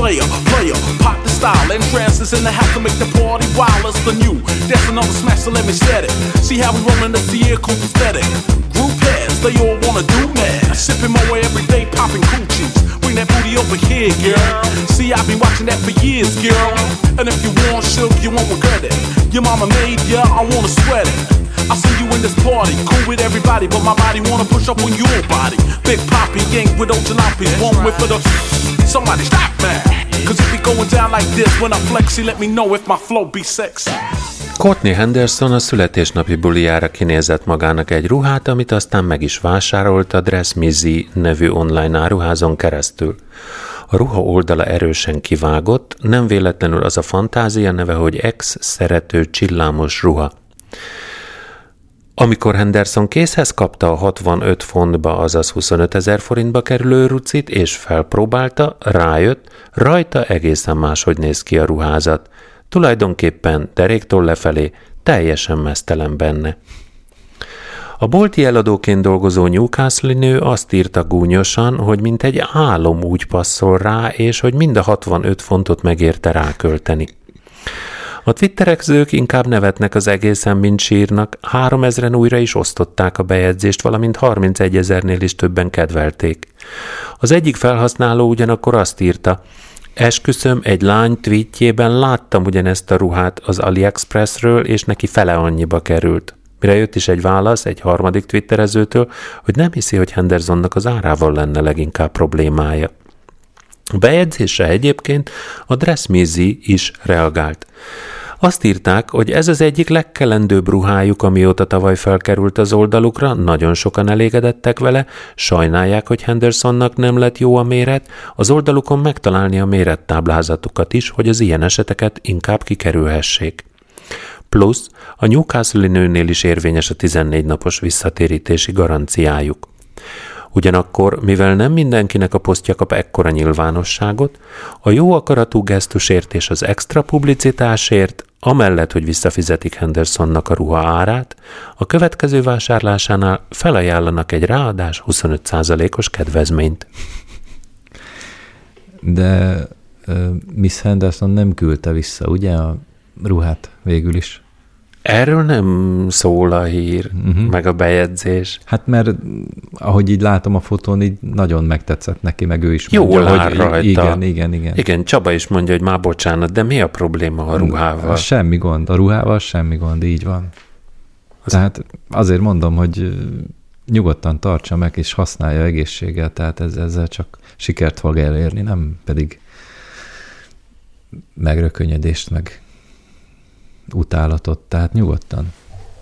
player, player, pop the style, and trances in the house to make the party wild. It's the new, that's another smash, so let me set it. See how we rollin' up the air, cool aesthetic. Group heads, they all wanna do mad. Sipping my way every day, popping coochies. Bring that booty over here, girl. See, I've been watching that for years, girl. And if you want silk, you won't regret it. Your mama made ya, I wanna sweat it. I see you in this party, cool with everybody, but my body wanna push up on your body. Big Poppy, gang with old jalopies, one whip for the... Somebody stop me. Cause if it going down like this, when I flexy, let me know if my flow be sexy. Courtney Henderson a születésnapi bulijára kinézett magának egy ruhát, amit aztán meg is vásárolt a Dress Mizzy nevű online áruházon keresztül. A ruha oldala erősen kivágott, nem véletlenül az a fantázia neve, hogy ex-szerető csillámos ruha. Amikor Henderson készhez kapta a hatvanöt fontba, azaz huszonötezer forintba kerülő rucit, és felpróbálta, rájött, rajta egészen máshogy néz ki a ruházat. Tulajdonképpen deréktől lefelé teljesen meztelen benne. A bolti eladóként dolgozó Newcastle-i nő azt írta gúnyosan, hogy mint egy álom úgy passzol rá, és hogy mind a hatvanöt fontot megérte rákölteni. A twitterekzők inkább nevetnek az egészen, mint sírnak, háromezren újra is osztották a bejegyzést, valamint harmincegyezernél is többen kedvelték. Az egyik felhasználó ugyanakkor azt írta, esküszöm, egy lány tweetjében láttam ugyanezt a ruhát az AliExpressről, és neki fele annyiba került. Mire jött is egy válasz egy harmadik twitterezőtől, hogy nem hiszi, hogy Hendersonnak az árával lenne leginkább problémája. A bejegyzésre egyébként a Dress Mizzy is reagált. Azt írták, hogy ez az egyik legkelendőbb ruhájuk, amióta tavaly felkerült az oldalukra, nagyon sokan elégedettek vele, sajnálják, hogy Hendersonnak nem lett jó a méret, az oldalukon megtalálni a mérettáblázatukat is, hogy az ilyen eseteket inkább kikerülhessék. Plusz a Newcastle-i nőnél is érvényes a tizennégy napos visszatérítési garanciájuk. Ugyanakkor, mivel nem mindenkinek a posztja kap ekkora nyilvánosságot, a jó akaratú gesztusért és az extra publicitásért, amellett, hogy visszafizetik Hendersonnak a ruha árát, a következő vásárlásánál felajánlanak egy ráadás huszonöt százalékos kedvezményt. De uh, Miss Henderson nem küldte vissza, ugye, a ruhát végül is? Erről nem szól a hír, uh-huh. meg a bejegyzés. Hát mert ahogy így látom a fotón, így nagyon megtetszett neki, meg ő is jól mondja, áll hogy rajta. Igen, igen, igen. Igen, Csaba is mondja, hogy már bocsánat, de mi a probléma a ruhával? Semmi gond, a ruhával semmi gond, így van. Az... Tehát azért mondom, hogy nyugodtan tartsa meg, és használja egészséggel, tehát ez, ezzel csak sikert fog elérni, nem pedig megrökönyödést, meg utálatot, tehát nyugodtan.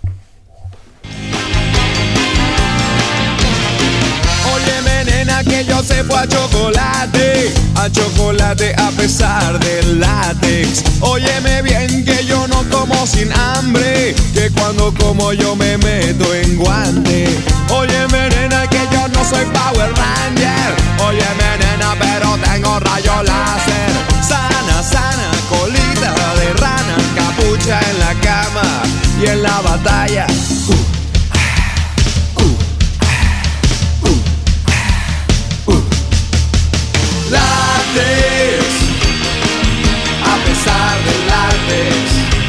Óyeme nena que yo sepo a chocolate, a chocolate a pesar del látex. Óyeme bien que yo no como sin hambre, que cuando como yo me meto en guante. Óyeme nena que yo no soy Power Ranger, óyeme nena pero tengo rayo láser. Sana, sana, colita de rana, capucha en la cama y en la batalla. Uh, uh, uh, uh, uh. Látex, a pesar del látex.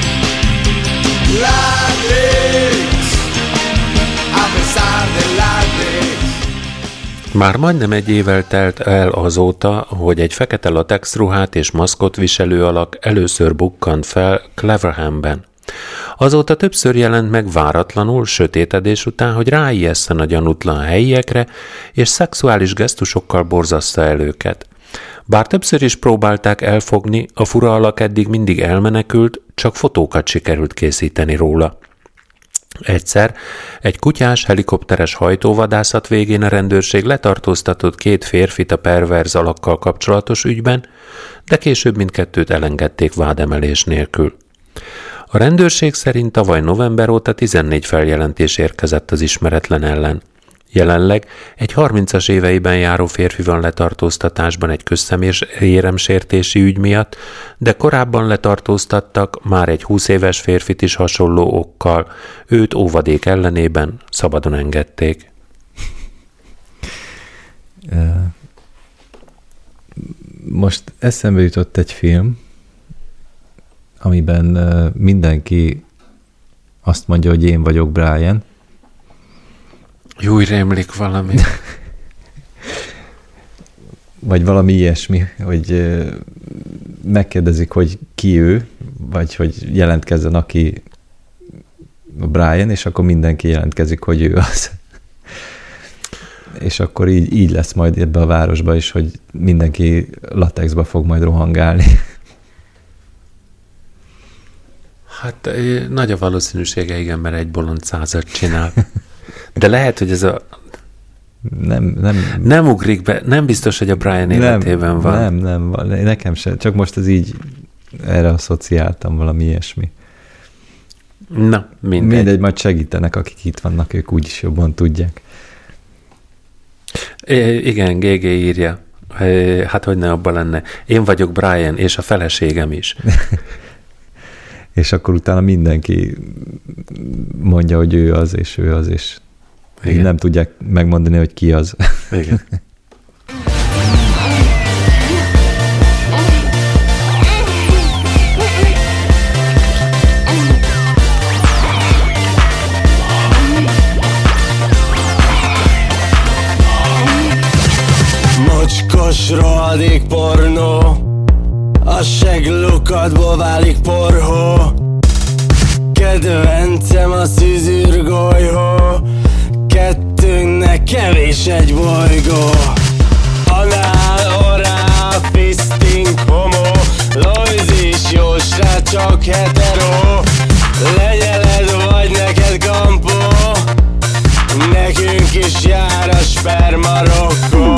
Látex, a pesar del látex. Már majdnem egy évvel telt el azóta, hogy egy fekete latex ruhát és maszkot viselő alak először bukkant fel Cleverhamben. Azóta többször jelent meg váratlanul, sötétedés után, hogy ráijesszen a gyanútlan helyiekre, és szexuális gesztusokkal borzaszta el őket. Bár többször is próbálták elfogni, a fura alak eddig mindig elmenekült, csak fotókat sikerült készíteni róla. Egyszer egy kutyás, helikopteres hajtóvadászat végén a rendőrség letartóztatott két férfit a perverz alakkal kapcsolatos ügyben, de később mindkettőt elengedték vádemelés nélkül. A rendőrség szerint tavaly november óta tizennégy feljelentés érkezett az ismeretlen ellen. Jelenleg egy harmincas éveiben járó férfi van letartóztatásban egy közszeméremsértési ügy miatt, de korábban letartóztattak már egy húsz éves férfit is hasonló okkal, őt óvadék ellenében szabadon engedték. most eszembe jutott egy film, amiben mindenki azt mondja, hogy én vagyok Brian. Jó, rémlik valami. Vagy valami ilyesmi, hogy megkérdezik, hogy ki ő, vagy hogy jelentkezzen, aki Brian, és akkor mindenki jelentkezik, hogy ő az. És akkor így, így lesz majd ebbe a városba is, hogy mindenki latexba fog majd rohangálni. Hát nagy a valószínűsége, igen, mert egy bolond százat csinál. De lehet, hogy ez a... Nem, nem, nem ugrik be, nem biztos, hogy a Brian életében nem, van. Nem, nem, van. Nekem sem. Csak most ez így erre asszociáltam, valami ilyesmi. Na, mindegy. Mindegy, majd segítenek, akik itt vannak, ők úgyis jobban tudják. É, igen, gé gé írja. Hát, hogy ne abban lenne. Én vagyok Brian, és a feleségem is. És akkor utána mindenki mondja, hogy ő az, és ő az, és így nem tudják megmondani, hogy ki az. Igen. Mocskos rohadék pornó, a seglukadból válik porhó. Kedvencem a szűzűrgolyhó, kettőnknek kevés egy bolygó. Anál, orál, fisting, homo, lojzis, jó srác, csak hetero. Legyeled vagy neked kampó, nekünk is jár a sperma rokkó.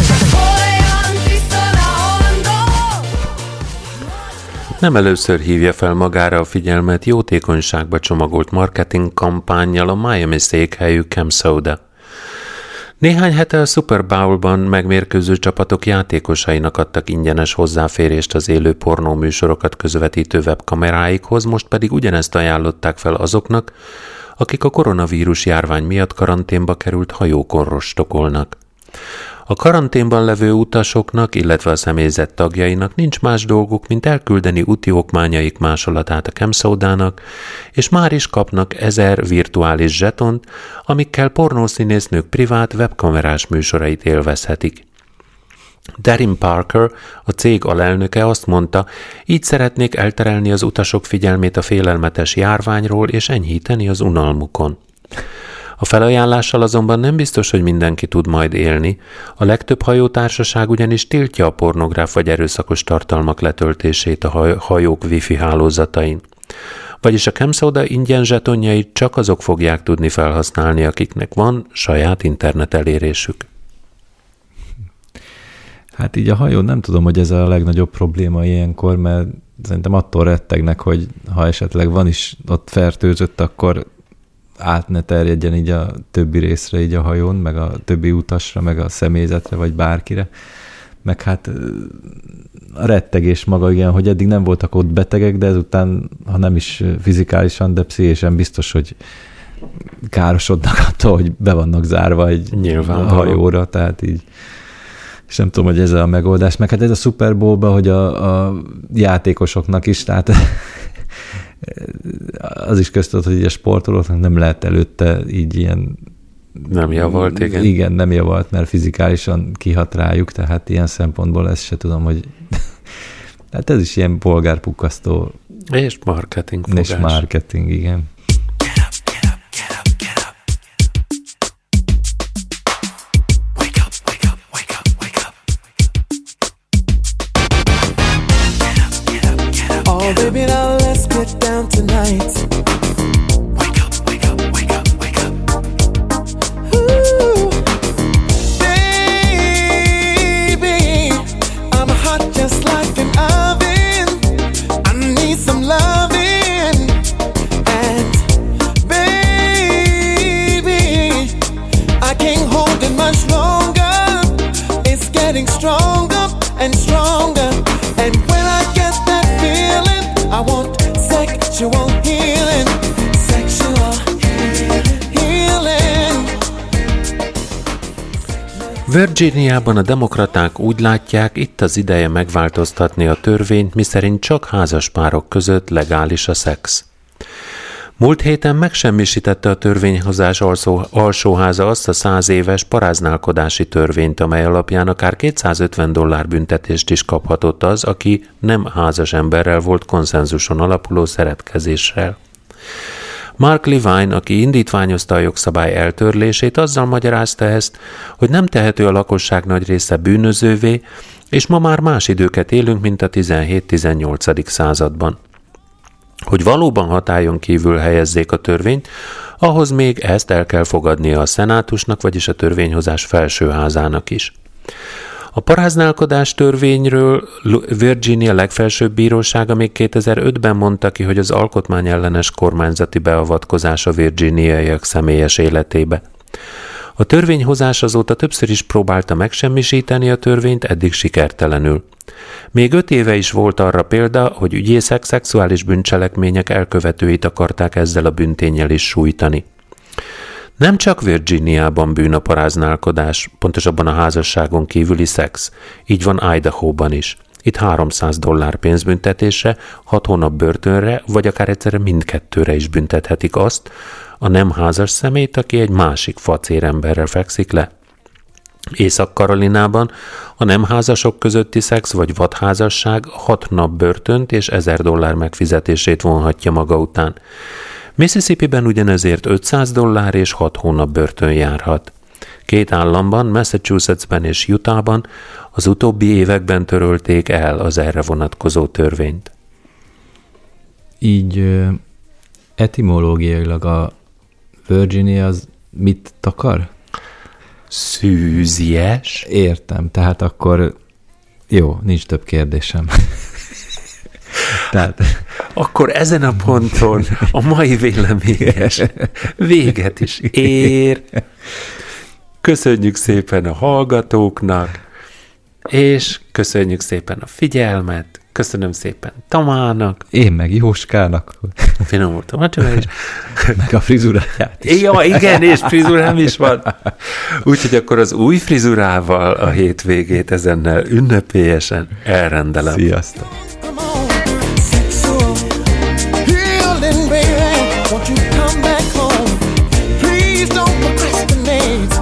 Nem először hívja fel magára a figyelmet jótékonyságba csomagolt marketing kampánnyal a Miami székhelyű Camp Soda. Néhány hete a Super Bowl-ban megmérkőző csapatok játékosainak adtak ingyenes hozzáférést az élő pornóműsorokat közvetítő webkameráikhoz, most pedig ugyanezt ajánlották fel azoknak, akik a koronavírus járvány miatt karanténba került hajókon rostokolnak. A karanténban levő utasoknak, illetve a személyzet tagjainak nincs más dolguk, mint elküldeni úti okmányaik másolatát a Camp Sodának, és már is kapnak ezer virtuális zsetont, amikkel pornószínésznők privát webkamerás műsorait élvezhetik. Darin Parker, a cég alelnöke azt mondta, így szeretnék elterelni az utasok figyelmét a félelmetes járványról és enyhíteni az unalmukon. A felajánlással azonban nem biztos, hogy mindenki tud majd élni, a legtöbb hajótársaság ugyanis tiltja a pornográf vagy erőszakos tartalmak letöltését a hajók wifi hálózatain. Vagyis a Camp Soda ingyen zsetonjait csak azok fogják tudni felhasználni, akiknek van saját internet elérésük. Hát így a hajó nem tudom, hogy ez a legnagyobb probléma ilyenkor, mert szerintem attól rettegnek, hogy ha esetleg van is ott fertőzött, akkor át ne terjedjen így a többi részre így a hajón, meg a többi utasra, meg a személyzetre, vagy bárkire. Meg hát a rettegés maga, igen, hogy eddig nem voltak ott betegek, de ezután, ha nem is fizikálisan, de pszichésen biztos, hogy károsodnak attól, hogy be vannak zárva egy Nyilván hajóra, tehát így és nem tudom, hogy ez a megoldás. Meg hát ez a Super Bowl-ban, hogy a, a játékosoknak is, tehát az is köztudott, hogy a sportolóknak nem lehet előtte így ilyen... Nem javalt, igen. Igen, nem javalt, mert fizikálisan kihat rájuk, tehát ilyen szempontból ezt se tudom, hogy... Tehát ez is ilyen polgárpukkasztó. És marketing fogás. És marketing, igen. Oh, baby, now let's get down tonight. Wake up, wake up, wake up, wake up. Ooh, baby, I'm hot just like an oven. I need some loving. And baby, I can't hold it much longer. It's getting stronger and stronger. And when I get that feeling, I want sexual healing, sexual healing. Virginiában a demokraták úgy látják, itt az ideje megváltoztatni a törvényt, miszerint csak házaspárok között legális a szex. Múlt héten megsemmisítette a törvényhozás alsó, alsóháza azt a száz éves paráználkodási törvényt, amely alapján akár kétszázötven dollár büntetést is kaphatott az, aki nem házas emberrel volt konszenzuson alapuló szeretkezéssel. Mark Levine, aki indítványozta a jogszabály eltörlését, azzal magyarázta ezt, hogy nem tehető a lakosság nagy része bűnözővé, és ma már más időket élünk, mint a tizenhét-tizennyolcadik században. Hogy valóban hatályon kívül helyezzék a törvényt, ahhoz még ezt el kell fogadnia a szenátusnak, vagyis a törvényhozás felsőházának is. A paráználkodás törvényről Virginia legfelsőbb bírósága még kétezer-ötben mondta ki, hogy az alkotmányellenes kormányzati beavatkozás a virginiaiak személyes életébe. A törvényhozás azóta többször is próbálta megsemmisíteni a törvényt, eddig sikertelenül. Még öt éve is volt arra példa, hogy ügyészek szexuális bűncselekmények elkövetőit akarták ezzel a bűnténnyel is sújtani. Nem csak Virginiában bűn a paráználkodás, pontosabban a házasságon kívüli szex. Így van Idahoban is. Itt háromszáz dollár pénzbüntetésre, hat hónap börtönre, vagy akár egyszerre mindkettőre is büntethetik azt, a nem házas személyt, aki egy másik facéremberrel fekszik le. Észak-Karolinában a nem házasok közötti szex vagy vadházasság hat nap börtönt és ezer dollár megfizetését vonhatja maga után. Mississippiben ugyanezért ötszáz dollár és hat hónap börtön járhat. Két államban, Massachusettsben és Utahban az utóbbi években törölték el az erre vonatkozó törvényt. Így etimológiailag a Virginia az mit takar? Szűzies. Értem, tehát akkor jó, nincs több kérdésem. Tehát... Akkor ezen a ponton a mai véleményes véget is ér. Köszönjük szépen a hallgatóknak, és köszönjük szépen a figyelmet, köszönöm szépen Tamának. Én meg Jóskának. Finomultam a csöve is. Meg a frizuráját is. Ja, igen, és frizurám is van. Úgyhogy akkor az új frizurával a hétvégét ezennel ünnepélyesen elrendelem. Sziasztok! Won't you come back home? Please don't procrastinate.